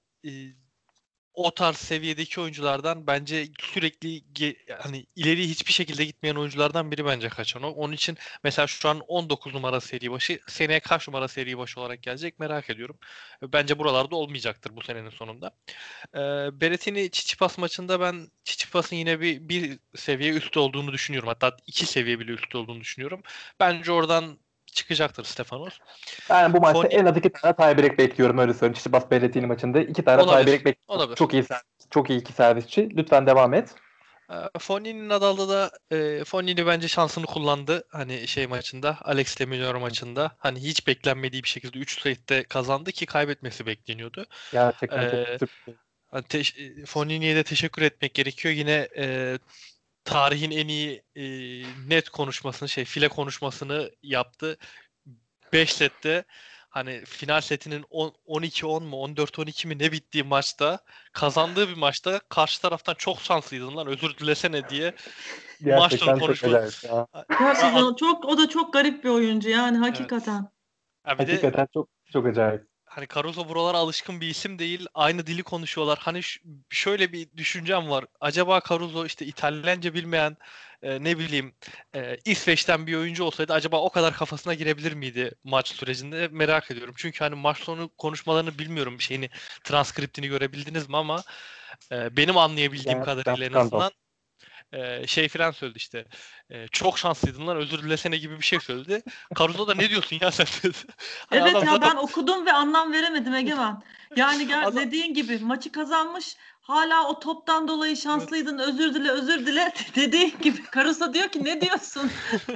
o tarz seviyedeki oyunculardan bence sürekli hani ileriye hiçbir şekilde gitmeyen oyunculardan biri bence Haçanov. Onun için mesela şu an 19 numara seri başı, seneye kaç numara seri başı olarak gelecek merak ediyorum. Bence buralarda olmayacaktır bu senenin sonunda. Berrettini Tsitsipas maçında ben Tsitsipas'ın yine bir seviye üstü olduğunu düşünüyorum. Hatta 2 seviye bile üstü olduğunu düşünüyorum. Bence oradan çıkacaktır Stefanos. Ben bu maçta en az 2 tane tiebreak bekliyorum, öyle söyleyeyim. Tsitsipas Berrettini maçında 2 tane tiebreak bekliyorum. Olabilir. Çok iyi servis. Çok iyi iki servisçi. Lütfen devam et. Fognini Nadal'da da Fognini bence şansını kullandı. Hani şey maçında, Alex de Minaur maçında. Hani hiç beklenmediği bir şekilde 3 sette kazandı ki kaybetmesi bekleniyordu. Gerçekten çok Ee, sürpriz. hani Fognini'ye de teşekkür etmek gerekiyor. Yine tarihin en iyi net konuşmasını, file konuşmasını yaptı. 5 sette hani final setinin 12-10 mu 14-12 mi ne bittiği maçta kazandığı bir maçta karşı taraftan çok şanslıydın lan özür dilesene diye maç sonu Gerçekten çok konuşma. acayip ya. Gerçekten o da çok garip bir oyuncu yani Evet. hakikaten. Ya bir de Hakikaten çok çok acayip. hani Caruso buralara alışkın bir isim değil. Aynı dili konuşuyorlar. Hani şöyle bir düşüncem var. Acaba Caruso işte İtalyanca bilmeyen ne bileyim İsveç'ten bir oyuncu olsaydı acaba o kadar kafasına girebilir miydi maç sürecinde merak ediyorum. Çünkü hani maç sonu konuşmalarını bilmiyorum şeyini transkriptini görebildiniz mi ama benim anlayabildiğim Gerçekten kadarıyla en skandal. azından şey filan söyledi işte. Çok şanslıydın lan özür dilesene gibi bir şey söyledi. Caruso da ne diyorsun ya sen dedi. Hani Evet adam ya zaten ben okudum ve anlam veremedim Egemen. Yani adam dediğin gibi maçı kazanmış. Hala o toptan dolayı şanslıydın. Özür dile, özür dile. Dediğin gibi Caruso diyor ki ne diyorsun?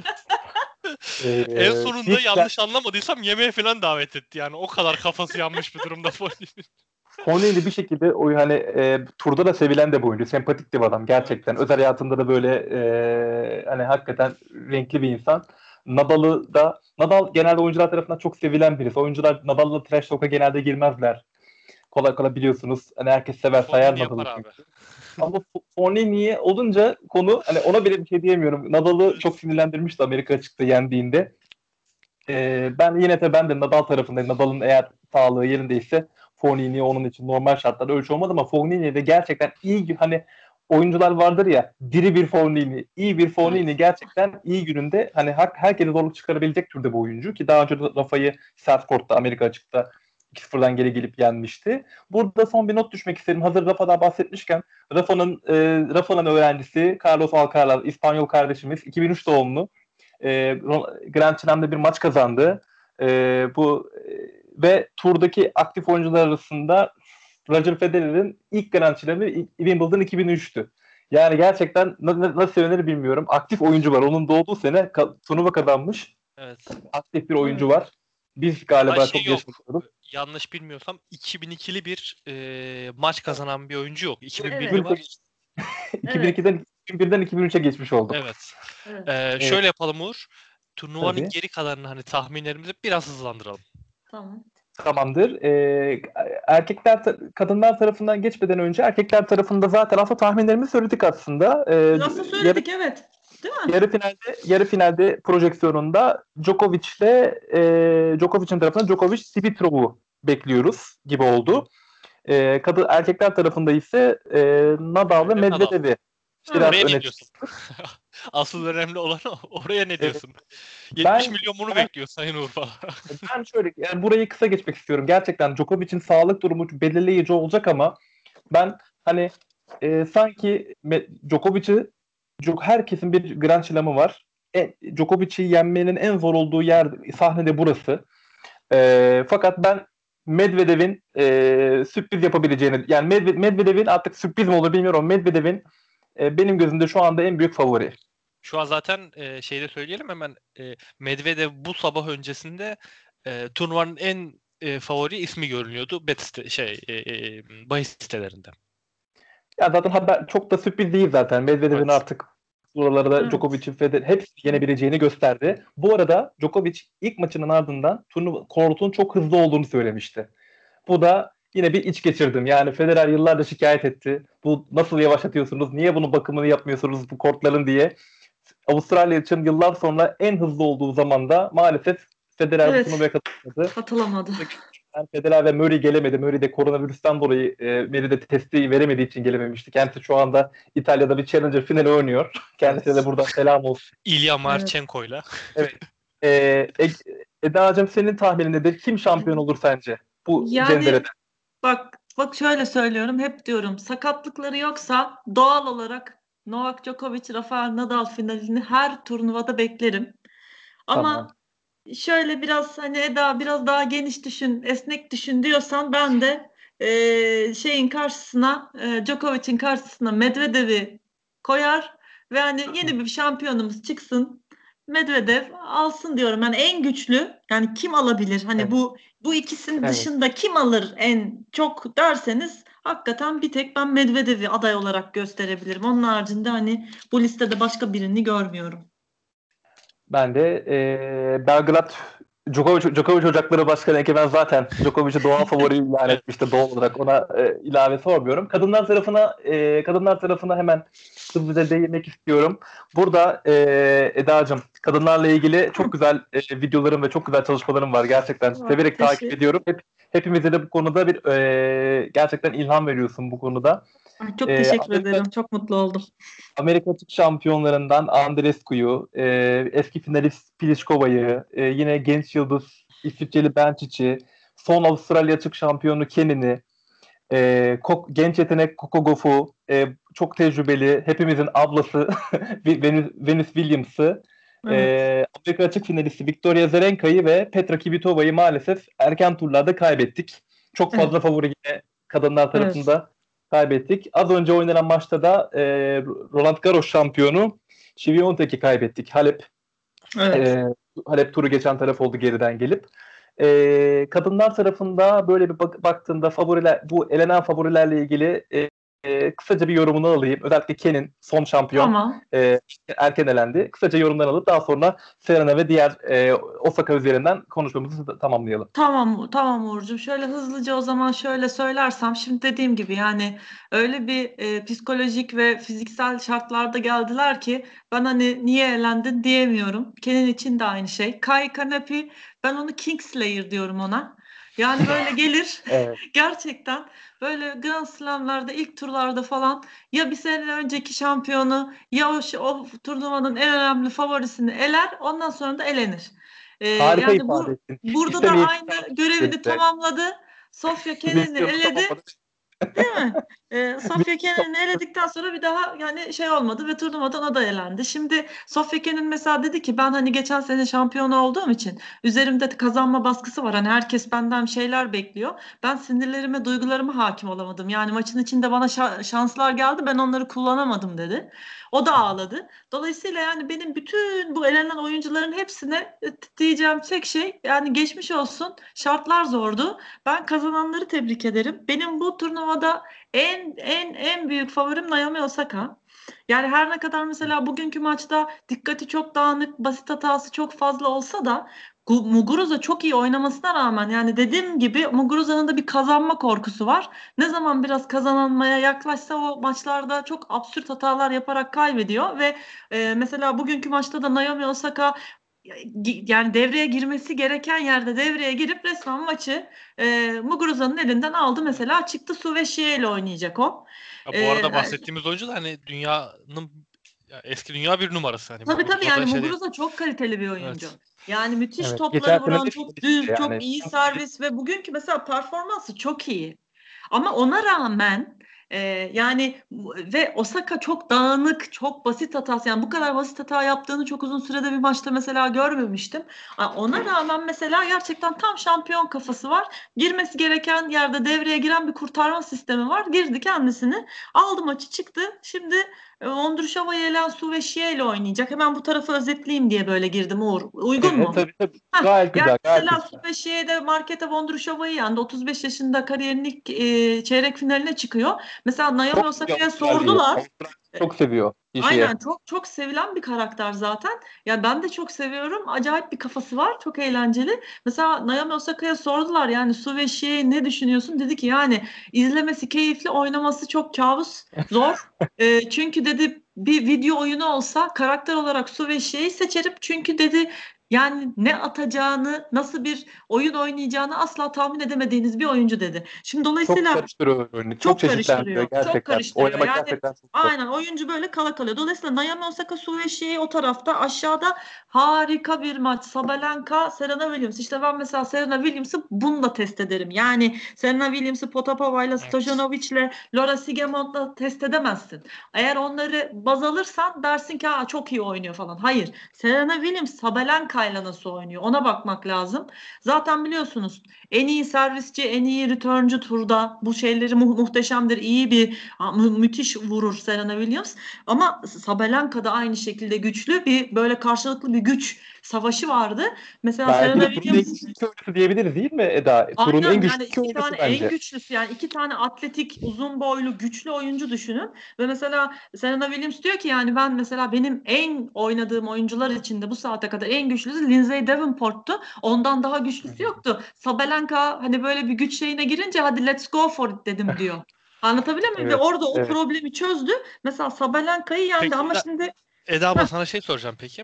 en sonunda Bir yanlış anlamadıysam yemeğe falan davet etti. Yani o kadar kafası yanmış bir durumda Fournier. Fournier'li bir şekilde o hani turda da sevilen de bir oyuncu. Sempatik de bir adam gerçekten. Evet. Özel hayatında da böyle hani hakikaten renkli bir insan. Nadal genelde oyuncular tarafından çok sevilen birisi. Oyuncular Nadal'la trash talk'a genelde girmezler. Kolay kolay biliyorsunuz. Hani herkes sever sayar Fournier yapar Nadal'ı abi. çünkü. Ama Fournier niye olunca konu hani ona bile bir şey diyemiyorum. Nadal'ı çok sinirlendirmişti Amerika açıkta yendiğinde. Ben de Nadal tarafındayım. Nadal'ın eğer sağlığı yerindeyse Fognini onun için normal şartlarda ölçü olmadı ama Fognini de gerçekten iyi hani oyuncular vardır ya diri bir Fognini, iyi bir Fognini Evet. gerçekten iyi gününde hani herkese zorluk çıkarabilecek türde bu oyuncu ki daha önce de Rafa'yı sert kortta Amerika açıkta 2-0'dan geri gelip yenmişti. Burada son bir not düşmek isterim. Hazır Rafa'dan bahsetmişken Rafa'nın öğrencisi Carlos Alcaraz, İspanyol kardeşimiz 2003 doğumlu. Grand Slam'de bir maç kazandı. Ve turdaki aktif oyuncular arasında Roger Federer'in ilk Grand Slam'i Wimbledon 2003'tü. Yani gerçekten nasıl söylenir bilmiyorum. Aktif oyuncu var. Onun doğduğu sene turnuva kazanmış. Evet. Aktif bir Evet. oyuncu var. Biz Daha galiba şey çok yok. yaşlanıyoruz. Yanlış bilmiyorsam 2002'li bir maç kazanan bir oyuncu yok. 2001'li Evet. 2003'e var. 2002'den 2001'den 2003'e geçmiş olduk. Evet. Evet. Ee, Şöyle yapalım Uğur. Turnuvanın tabii. geri kalanını hani tahminlerimizi biraz hızlandıralım. Tamam. Tamamdır. Kadınlar tarafından geçmeden önce erkekler tarafında zaten aslında tahminlerimizi söyledik aslında. Aslında söyledik evet. Değil mi? Yarı finalde projeksiyonunda Djokovic'in tarafından Djokovic-Dimitrovu bekliyoruz gibi oldu. Erkekler tarafında ise Nadal ve Medvedev Nadal. Medvedev'i biraz Evet. Oraya ne öne diyorsun? Asıl önemli olan o. Oraya ne çıktı. diyorsun? 70 Ben milyon bunu ben bekliyor Sayın Uğur falan. Ben şöyle yani burayı kısa geçmek istiyorum. Gerçekten Djokovic'in sağlık durumu belirleyici olacak ama ben hani sanki herkesin bir Grand Slam'ı var. Djokovic'i yenmenin en zor olduğu sahnede burası. Fakat ben Medvedev'in sürpriz yapabileceğini yani Medvedev'in artık sürpriz mi olur bilmiyorum. Medvedev'in benim gözümde şu anda en büyük favori. Şu an zaten şeyde söyleyelim hemen Medvedev bu sabah öncesinde turnuvanın en favori ismi görünüyordu bahis sitelerinde. Ya zaten çok da sürpriz değil zaten. Medvedev'in Evet. artık buralarda Evet. Djokovic'in hepsini yenebileceğini gösterdi. Bu arada Djokovic ilk maçının ardından kortun çok hızlı olduğunu söylemişti. Bu da yine bir iç geçirdim. Yani Federer yıllarca şikayet etti. Bu nasıl yavaşlatıyorsunuz? Niye bunun bakımını yapmıyorsunuz bu kortların diye. Avustralya için yıllar sonra en hızlı olduğu zamanda maalesef Federer bu Evet. turnuvaya katılmadı. Katılamadı. Yani Federer ve Murray gelemedi. Murray de koronavirüsten dolayı Murray de testi veremediği için gelememişti. Kendisi şu anda İtalya'da bir Challenger finali oynuyor. Kendisine de Evet. buradan selam olsun. İlya Evet. Marchenko'yla. Evet. E, Eda'cığım senin tahminin nedir? Kim şampiyon olur sence bu cenderede? Yani bak şöyle söylüyorum. Hep diyorum sakatlıkları yoksa doğal olarak Novak Djokovic, Rafael Nadal finalini her turnuvada beklerim. Tamam. Ama şöyle biraz hani Eda biraz daha geniş düşün, esnek düşün diyorsan ben de şeyin karşısına Djokovic'in karşısına Medvedev'i koyar ve hani yeni bir şampiyonumuz çıksın. Medvedev alsın diyorum. Yani en güçlü yani kim alabilir? Hani Evet. bu ikisinin Evet. dışında kim alır en çok derseniz hakikaten bir tek ben Medvedev'i aday olarak gösterebilirim. Onun haricinde hani bu listede başka birini görmüyorum. Ben de Belgrad Djokovic Ocakları Başkanı Egemen zaten Djokovic'i doğal favori ilan etmişti, doğal olarak ona ilave sormuyorum. Kadınlar tarafına hemen hızlıca değinmek istiyorum. Burada Eda'cığım, kadınlarla ilgili çok güzel videolarım ve çok güzel çalışmalarım var. Gerçekten severek takip ediyorum. Hepimize de bu konuda bir gerçekten ilham veriyorsun bu konuda. Çok teşekkür ederim. Çok mutlu oldum. Amerika açık şampiyonlarından Andreescu'yu, eski finalist Pliškova'yı, yine genç yıldız İsviçreli Benčic'i, son Avustralya açık şampiyonu Kenin'i, genç yetenek Coco Gauff'u, çok tecrübeli, hepimizin ablası Venus Williams'ı, Amerika açık finalisti Victoria Azarenka'yı ve Petra Kvitova'yı maalesef erken turlarda kaybettik. Çok fazla favori yine kadınlar tarafında kaybettik. Az önce oynanan maçta da Roland Garros şampiyonu Świątek'i kaybettik. Halep turu geçen taraf oldu geriden gelip. Kadınlar tarafında böyle bir baktığında bu elenen favorilerle ilgili kısaca bir yorumunu alayım. Özellikle Kenin son şampiyon erken elendi. Kısaca yorumdan alıp daha sonra Serena ve diğer Osaka üzerinden konuşmamızı tamamlayalım. Tamam Uğurcuğum. Şöyle hızlıca o zaman şöyle söylersem, şimdi dediğim gibi yani öyle bir psikolojik ve fiziksel şartlarda geldiler ki ben hani niye elendin diyemiyorum. Kenin için de aynı şey. Kai Kanepi, ben onu Kingslayer diyorum ona. Yani böyle gelir gerçekten böyle Grand Slam'larda ilk turlarda falan ya bir sene önceki şampiyonu ya o turnuvanın en önemli favorisini eler, ondan sonra da elenir. Harika Yani ifade ettin. burada da aynı görevini tamamladı. Sofia Kenin'i eledi. Değil mi? Sofia Kenin'i eledikten sonra bir daha yani şey olmadı ve turnuvadan o da elendi. Şimdi Sofia Kenin mesela dedi ki ben hani geçen sene şampiyon olduğum için üzerimde kazanma baskısı var. Hani herkes benden şeyler bekliyor. Ben sinirlerime, duygularıma hakim olamadım. Yani maçın içinde bana şanslar geldi, ben onları kullanamadım dedi. O da ağladı. Dolayısıyla yani benim bütün bu elenen oyuncuların hepsine diyeceğim tek şey yani geçmiş olsun. Şartlar zordu. Ben kazananları tebrik ederim. Benim bu turnuvada en büyük favorim Naomi Osaka. Yani her ne kadar mesela bugünkü maçta dikkati çok dağınık, basit hatası çok fazla olsa da Muguruza çok iyi oynamasına rağmen yani dediğim gibi Muguruza'nın da bir kazanma korkusu var. Ne zaman biraz kazanmaya yaklaşsa o maçlarda çok absürt hatalar yaparak kaybediyor ve mesela bugünkü maçta da Naomi Osaka yani devreye girmesi gereken yerde devreye girip resmen maçı Muguruza'nın elinden aldı. Mesela çıktı Suveşiye ile oynayacak o. Bu arada bahsettiğimiz oyuncu da hani dünyanın eski dünya bir numarası. Hani tabii yani Muguruza çok kaliteli bir oyuncu. Evet. Yani müthiş topları geçen vuran, çok düz, çok iyi servis ve bugünkü mesela performansı çok iyi. Ama ona rağmen yani ve Osaka çok dağınık, çok basit hatası. Yani bu kadar basit hata yaptığını çok uzun sürede bir maçta mesela görmemiştim. Ona rağmen mesela gerçekten tam şampiyon kafası var. Girmesi gereken yerde devreye giren bir kurtarma sistemi var. Girdi kendisini, aldı maçı, çıktı. Şimdi Vondrushova, Yelen, Suveşiye ile oynayacak. Hemen bu tarafı özetleyeyim diye böyle girdim Uğur. Uygun mu? Tabii. Gayet güzel. Yani mesela Suveşiye'de markete Vondrushova'yı yendi. 35 yaşında kariyerinin ilk çeyrek finaline çıkıyor. Mesela Naomi Osaka'ya sordular. Çok seviyor. Aynen, çok sevilen bir karakter zaten. Yani ben de çok seviyorum. Acayip bir kafası var. Çok eğlenceli. Mesela Naomi Osaka'ya sordular yani Suveşiye'ye ne düşünüyorsun? Dedi ki yani izlemesi keyifli, oynaması çok kabus, zor. Çünkü dedi bir video oyunu olsa karakter olarak Suveşiye'yi seçerim. Çünkü dedi yani ne atacağını, nasıl bir oyun oynayacağını asla tahmin edemediğiniz bir oyuncu dedi. Şimdi dolayısıyla çok karıştırıyor oyunu. Çok karıştırıyor. Çok karıştırıyor. Oynamak yani gerçekten çok zor. aynen, oyuncu böyle kala kalıyor. Dolayısıyla Naomi Osaka, Suveşiye o tarafta, aşağıda harika bir maç. Sabalenka, Serena Williams. İşte ben mesela Serena Williams'ı bununla test ederim. Yani Serena Williams'ı Potapova'yla, Stojanovic'le, Laura Siegemont'la test edemezsin. Eğer onları baz alırsan dersin ki çok iyi oynuyor falan. Hayır. Serena Williams Sabalenka'yla nasıl oynuyor? Ona bakmak lazım. Zaten biliyorsunuz en iyi servisçi, en iyi returncu turda. Bu şeyleri muhteşemdir. İyi bir müthiş vurur Serena Williams. Ama Sabalenka da aynı şekilde güçlü, bir böyle karşılıklı bir güç savaşı vardı. Mesela belki Serena de turun en Williams güçlü oyuncusu diyebiliriz değil mi Eda? Turun en güçlü yani iki oyuncusu tane bence. en güçlüsü, yani iki tane atletik, uzun boylu, güçlü oyuncu düşünün. Ve mesela Serena Williams diyor ki yani ben mesela benim en oynadığım oyuncular içinde bu saate kadar en güçlü güçlüsü Lindsay Davenport'tu. Ondan daha güçlüsü yoktu. Sabalenka hani böyle bir güç şeyine girince hadi let's go for it dedim diyor. Anlatabiliyor muyum? Ve Evet, orada o evet. problemi çözdü. Mesela Sabalenka'yı yendi Peki ama şimdi Eda abla heh, sana şey soracağım peki.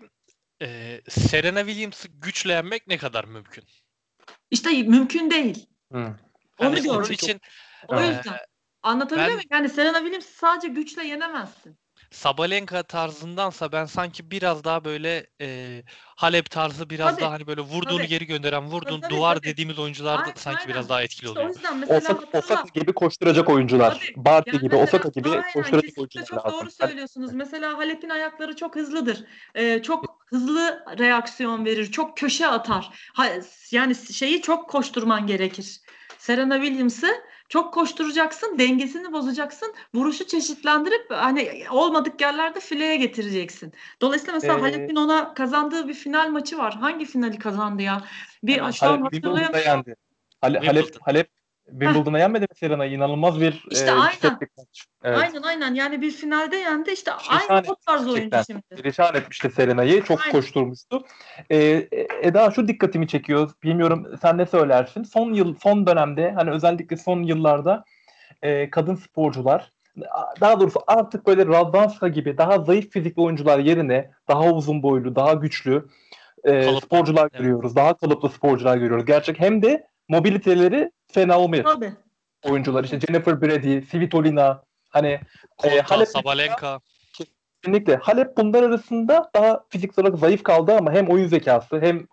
Serena Williams'ı güçle yenmek ne kadar mümkün? işte mümkün değil. Hı. Hani Onu onun İşte gördük. çok için O evet. yüzden. Anlatabiliyor ben muyum? Yani Serena Williams'ı sadece güçle yenemezsin. Sabalenka tarzındansa ben sanki biraz daha böyle Halep tarzı biraz daha Tabii. hani böyle vurduğunu Tabii. geri gönderen Tabii vurduğun tabii. duvar Tabii. dediğimiz oyuncular da sanki biraz Aynen. daha etkili İşte o oluyor. yüzden mesela Osaka hatırla. gibi koşturacak oyuncular. Tabii. Barty Yani gibi, mesela Osaka gibi aynen koşturacak kesinlikle oyuncular çok doğru lazım. Hani, söylüyorsunuz. Mesela Halep'in ayakları çok hızlıdır. Çok hızlı reaksiyon verir. Çok köşe atar. Yani şeyi çok koşturman gerekir. Serena Williams'ı çok koşturacaksın, dengesini bozacaksın, vuruşu çeşitlendirip hani olmadık yerlerde fileye getireceksin. Dolayısıyla mesela e, Halep'in ona kazandığı bir final maçı var. Hangi finali kazandı ya? Hemen Şu an Halep Wimbledon'da hatırlayamıyorum. yendi. Halep, Wimbledon. Halep Heh, Wimbledon'a yenmedi mi Serena'yı? İnanılmaz bir işte 2 aynen. setlik maç. Evet. Aynen yani bir finalde yendi işte aynı Perişan o etmiş tarz oyuncu gerçekten. şimdi. Perişan etmişti Serena'yı. Çok Aynen. koşturmuştu. Eda şu dikkatimi çekiyor. Bilmiyorum sen ne söylersin. Son dönemde hani özellikle son yıllarda kadın sporcular daha doğrusu artık böyle Radwanska gibi daha zayıf fizikli oyuncular yerine daha uzun boylu, daha güçlü Kalıplı. sporcular Evet. görüyoruz. Daha kalıplı sporcular görüyoruz. Gerçek hem de mobiliteleri fena olmayan Tabii. oyuncular. İşte Tabii. Jennifer Brady, Svitolina hani Konta, Halep mesela Sabalenka. kesinlikle. Halep bunlar arasında daha fiziksel olarak zayıf kaldı ama hem oyun zekası hem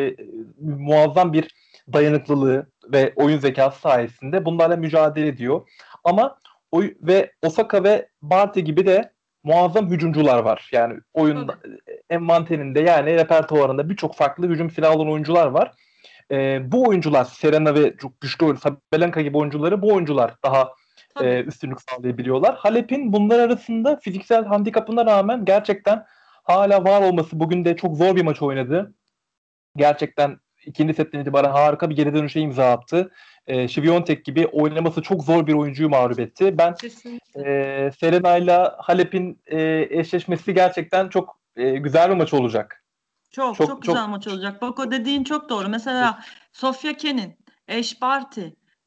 muazzam bir dayanıklılığı ve oyun zekası sayesinde bunlarla mücadele ediyor. Ama ve Osaka ve Barty gibi de muazzam hücumcular var. Yani oyun Tabii. envanterinde yani repertuarında birçok farklı hücum silahı olan oyuncular var. Bu oyuncular Serena ve çok güçlü Sabalenka gibi oyuncuları bu oyuncular daha Tabii. üstünlük sağlayabiliyorlar. Halep'in bunlar arasında fiziksel handikapına rağmen gerçekten hala var olması bugün de çok zor bir maç oynadı. Gerçekten ikinci setten itibaren harika bir geri dönüşe imza attı. Świątek gibi oynaması çok zor bir oyuncuyu mağlup etti. Ben Kesinlikle. Serena ile Halep'in eşleşmesi gerçekten çok güzel bir maç olacak. Çok çok Çok güzel çok maç olacak. Bak o dediğin çok doğru. Mesela Sofia Kenin, Ash Barty,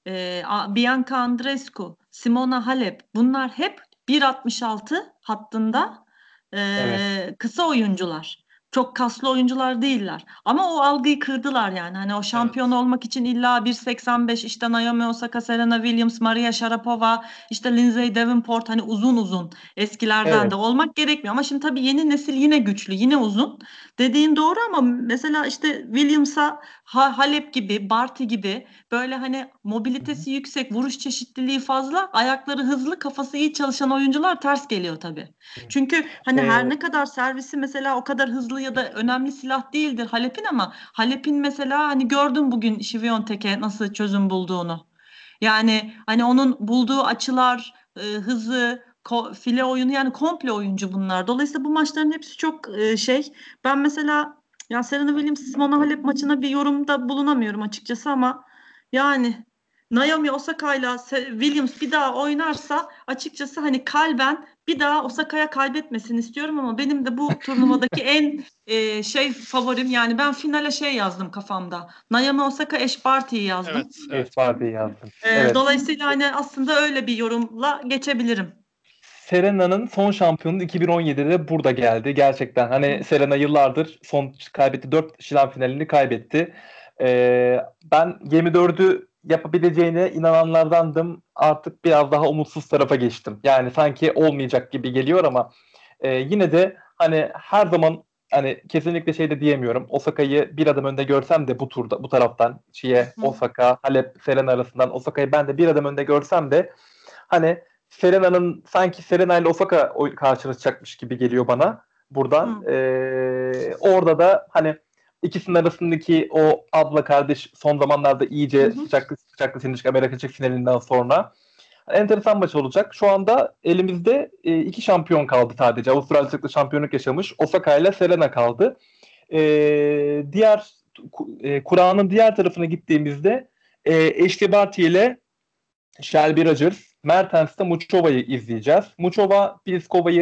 Bianca Andreescu, Simona Halep bunlar hep 1.66 hattında evet. kısa oyuncular. Çok kaslı oyuncular değiller. Ama o algıyı kırdılar yani. Hani o şampiyon Evet. olmak için illa 1.85 işte Naomi Osaka, Serena Williams, Maria Sharapova, işte Lindsay Davenport hani uzun uzun eskilerden de Evet. olmak gerekmiyor. Ama şimdi tabii yeni nesil yine güçlü, yine uzun. Dediğin doğru ama mesela işte Williams'a Halep gibi, Barty gibi böyle hani Hı hı. mobilitesi yüksek, vuruş çeşitliliği fazla, ayakları hızlı, kafası iyi çalışan oyuncular ters geliyor tabii. Çünkü hani her E, ne kadar servisi mesela o kadar hızlı ya da önemli silah değildir Halep'in ama Halep'in mesela hani gördüm bugün Świątek'e nasıl çözüm bulduğunu. Yani hani onun bulduğu açılar, hızı, file oyunu yani komple oyuncu bunlar. Dolayısıyla bu maçların hepsi çok şey. Ben mesela ya Serena Williams Simona Halep maçına bir yorumda bulunamıyorum açıkçası ama yani Naomi Osaka'yla Williams bir daha oynarsa açıkçası hani kalben bir daha Osaka'ya kaybetmesini istiyorum ama benim de bu turnuvadaki en şey favorim yani ben finale şey yazdım kafamda. Naomi Osaka Ash Barty'yi yazdım. Evet. Evet. Esparte'yi yazdım. Evet. Dolayısıyla hani aslında öyle bir yorumla geçebilirim. Serena'nın son şampiyonluğu 2017'de burada geldi. Gerçekten hani Serena yıllardır son kaybetti. 4 Şilan finalini kaybetti. Ben 24'ü yapabileceğine inananlardandım. Artık biraz daha umutsuz tarafa geçtim. Yani sanki olmayacak gibi geliyor ama yine de hani her zaman hani kesinlikle şey de diyemiyorum. Osaka'yı bir adım önde görsem de bu turda bu taraftan Hı. Osaka, Halep, Serena arasından Osaka'yı ben de bir adım önde görsem de hani Serena'nın sanki Serena ile Osaka karşılaşacakmış gibi geliyor bana buradan. Hı. Orada da hani ikisinin arasındaki o abla kardeş son zamanlarda Hı iyice hı. sıcaklı sinirlik Amerika açık finalinden sonra enteresan maç olacak. Şu anda elimizde iki şampiyon kaldı sadece. Avustralya açıkta şampiyonluk yaşamış. Osaka ile Serena kaldı. Diğer Kur'an'ın diğer tarafına gittiğimizde Ashley Barty ile Shelby Rogers, Mertens'te Muchova'yı izleyeceğiz. Muchova Pliskova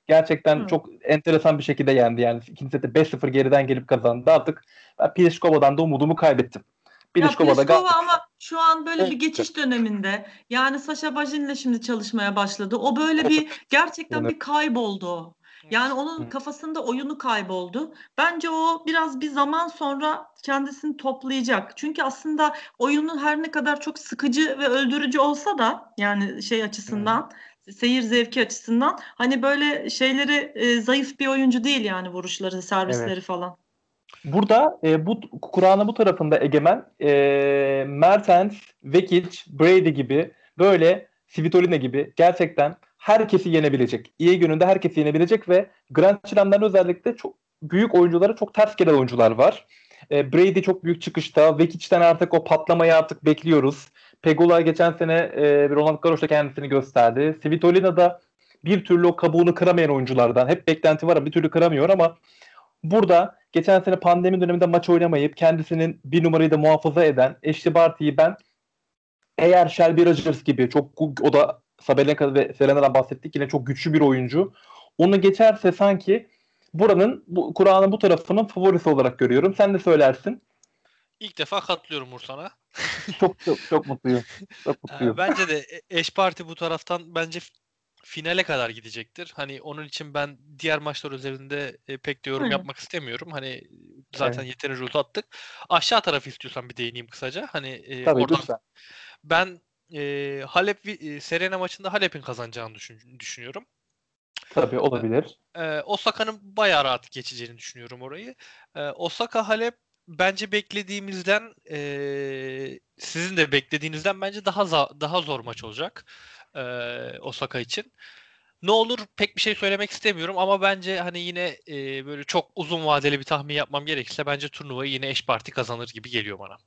Gerçekten Evet. çok enteresan bir şekilde yendi. Yani ikinci sette 5-0 geriden gelip kazandı. Artık ben Pliškova'dan da umudumu kaybettim. Ya Pliškova da Pliskova gayet ama şu an böyle bir oldu. geçiş döneminde. Yani Sasha Bajin'le şimdi çalışmaya başladı. O böyle bir gerçekten bir kayboldu o. Yani onun kafasında oyunu kayboldu. Bence o biraz bir zaman sonra kendisini toplayacak. Çünkü aslında oyunu her ne kadar çok sıkıcı ve öldürücü olsa da yani şey açısından, seyir zevki açısından hani böyle şeyleri zayıf bir oyuncu değil yani vuruşları, Evet. servisleri falan. Burada bu Kur'an'ın bu tarafında egemen Mertens, Vekic, Brady gibi böyle Svitolina gibi gerçekten herkesi yenebilecek. İyi gününde herkesi yenebilecek ve Grand Slam'dan özellikle çok büyük oyunculara çok ters gelen oyuncular var. Brady çok büyük çıkışta. Vekic'ten artık o patlamayı artık bekliyoruz. Pegula geçen sene Roland Garros'ta kendisini gösterdi. Svitolina da bir türlü o kabuğunu kıramayan oyunculardan. Hep beklenti var ama bir türlü kıramıyor ama burada geçen sene pandemi döneminde maç oynamayıp kendisinin bir numarayı da muhafaza eden Ashley Barty'yi ben eğer Shelby Rogers gibi çok o da Sabalenka ve Serena'dan bahsettik yine çok güçlü bir oyuncu. Onu geçerse sanki buranın Kur'an'ın bu tarafının favorisi olarak görüyorum. Sen de söylersin. İlk defa katılıyorum Ursan'a. Çok mutluyum. Çok mutluyum. Bence de eş parti bu taraftan bence finale kadar gidecektir. Hani onun için ben diğer maçlar üzerinde pek de yorum Aynen. yapmak istemiyorum. Hani zaten Evet. yeterince uzattık. Aşağı tarafı istiyorsan bir değineyim kısaca. Hani Tabii oradan lütfen. ben Halep Serena maçında Halep'in kazanacağını düşünüyorum. Tabii E, olabilir. Osaka'nın bayağı rahat geçeceğini düşünüyorum orayı. Osaka Halep bence beklediğimizden sizin de beklediğinizden bence daha zor maç olacak Osaka için. Ne olur pek bir şey söylemek istemiyorum ama bence hani yine böyle çok uzun vadeli bir tahmin yapmam gerekirse bence turnuvayı yine eş parti kazanır gibi geliyor bana.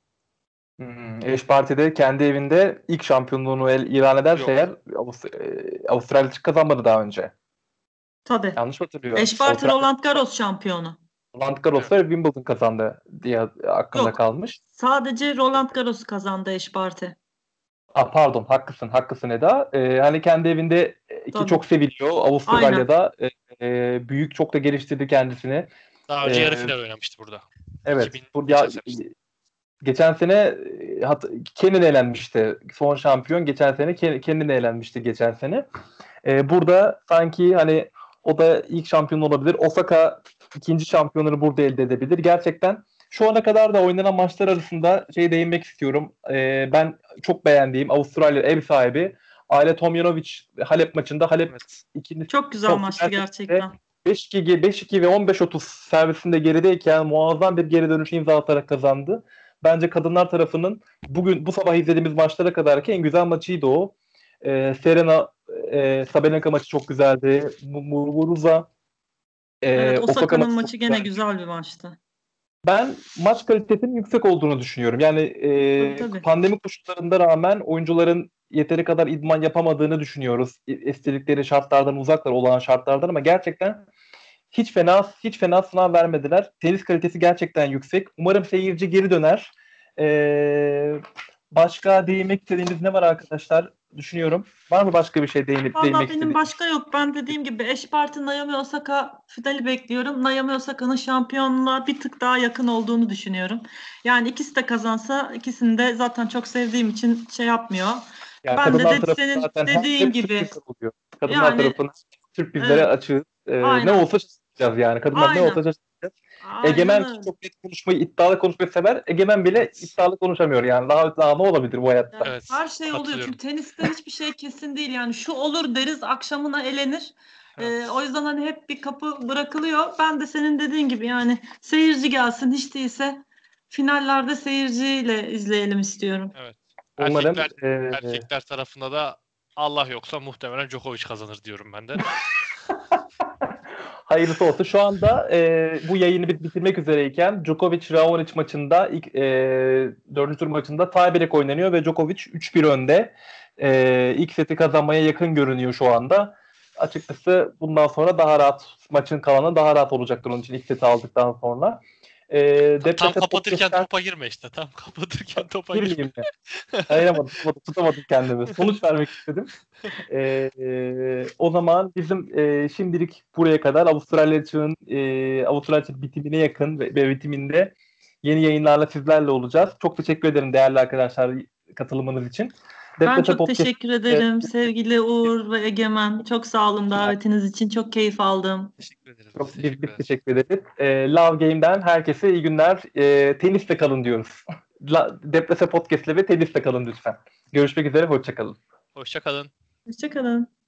Eş partide kendi evinde ilk şampiyonluğunu ilan ederse Yok. eğer Avustralya kazanmadı daha önce. Tabii. Yanlış mı hatırlıyorum? Eş parti Avustralya Roland Garros şampiyonu. Roland Garros'la Evet. Wimbledon kazandı diye aklımda Yok. kalmış. Sadece Roland Garros kazandı eş parti. Pardon, haklısın Eda. Hani kendi evinde ki Tabii. çok seviliyor. Aynen. Avustralya'da büyük çok da geliştirdi kendisini. Daha önce E, yarı final oynamıştı burada. evet. 2000 Ya, geçen sene. geçen sene Kenin elenmişti. Son şampiyon geçen sene Kenin elenmişti geçen sene. Burada sanki hani o da ilk şampiyon olabilir. Osaka ikinci şampiyonunu burada elde edebilir. Gerçekten şu ana kadar da oynanan maçlar arasında değinmek istiyorum. Ben çok beğendiğim Avustralya ev sahibi Ayla Tomjanovic Halep maçında Halep Evet. ikinci Çok güzel son maçtı final setinde gerçekten. 5-2 ve 15-30 servisinde gerideyken muazzam bir geri dönüş imza atarak kazandı. Bence kadınlar tarafının bu sabah izlediğimiz maçlara kadarki en güzel maçıydı o. Serena Sabalenka maçı çok güzeldi. Muguruza Evet, Osaka Osaka'nın maçı çok maçı gene güzeldi. güzel bir maçtı. Ben maç kalitesinin yüksek olduğunu düşünüyorum. Yani Tabii tabii. pandemi koşullarında rağmen oyuncuların yeteri kadar idman yapamadığını düşünüyoruz. İstedikleri şartlardan uzaklar olağan şartlardan ama gerçekten hiç fena sınav vermediler. Tenis kalitesi gerçekten yüksek. Umarım seyirci geri döner. Başka değinmek istediğiniz ne var arkadaşlar? Düşünüyorum. Var mı başka bir şey Valla değinmek benim istediğiniz? başka yok. Ben dediğim gibi eş parti Naomi Osaka finali bekliyorum. Naomi Osaka'nın şampiyonluğa bir tık daha yakın olduğunu düşünüyorum. Yani ikisi de kazansa ikisini de zaten çok sevdiğim için şey yapmıyor. Ya Ben de, kadınlar de tarafı senin zaten dediğin hep gibi sürprizler oluyor. Kadınlar yani tarafına sürprizlere evet açığız. Ne aynen olsa şaşıracağız yani. Kadınlar ne olsa aynen şaşıracağız. aynen Egemen öyle. çok net konuşmayı, iddialı konuşmayı sever. Egemen bile Evet. iddialı konuşamıyor yani. Daha ne olabilir bu hayatta? Yani Evet. her şey oluyor çünkü Katılıyorum. teniste hiçbir şey kesin değil yani şu olur deriz akşamına elenir. Evet. O yüzden hani hep bir kapı bırakılıyor. Ben de senin dediğin gibi yani seyirci gelsin hiç değilse finallerde seyirciyle izleyelim istiyorum. Evet. Umarım Erkekler tarafında da Allah yoksa muhtemelen Djokovic kazanır diyorum ben de. hayırlısı olsun. Şu anda bu yayını bitirmek üzereyken Djokovic-Raonic maçında dördüncü tur maçında tiebreak oynanıyor ve Djokovic 3-1 önde. İlk seti kazanmaya yakın görünüyor şu anda. Açıkçası bundan sonra daha rahat maçın kalanı daha rahat olacaktır onun için ilk seti aldıktan sonra. Tam Deprese kapatırken Podcast'ten topa girme işte. Tam kapatırken topa girme. girmeyeyim mi? Tutamadım kendimi. Sonuç vermek istedim. O zaman bizim şimdilik buraya kadar Avustralya bitimine yakın ve bitiminde yeni yayınlarla sizlerle olacağız. Çok teşekkür ederim değerli arkadaşlar katılımınız için. Ben Deprese çok Podcast teşekkür ederim sevgili Uğur ve Egemen. Çok sağ olun davetiniz için. Çok keyif aldım. Teşekkür ederiz. çok Biz biz teşekkür ederiz. teşekkür ederiz. Love Game'den herkese iyi günler. Tenisle kalın diyoruz. Deprese Podcast'le ve tenisle kalın lütfen. Görüşmek üzere, hoşça kalın. Hoşça kalın. Hoşçakalın.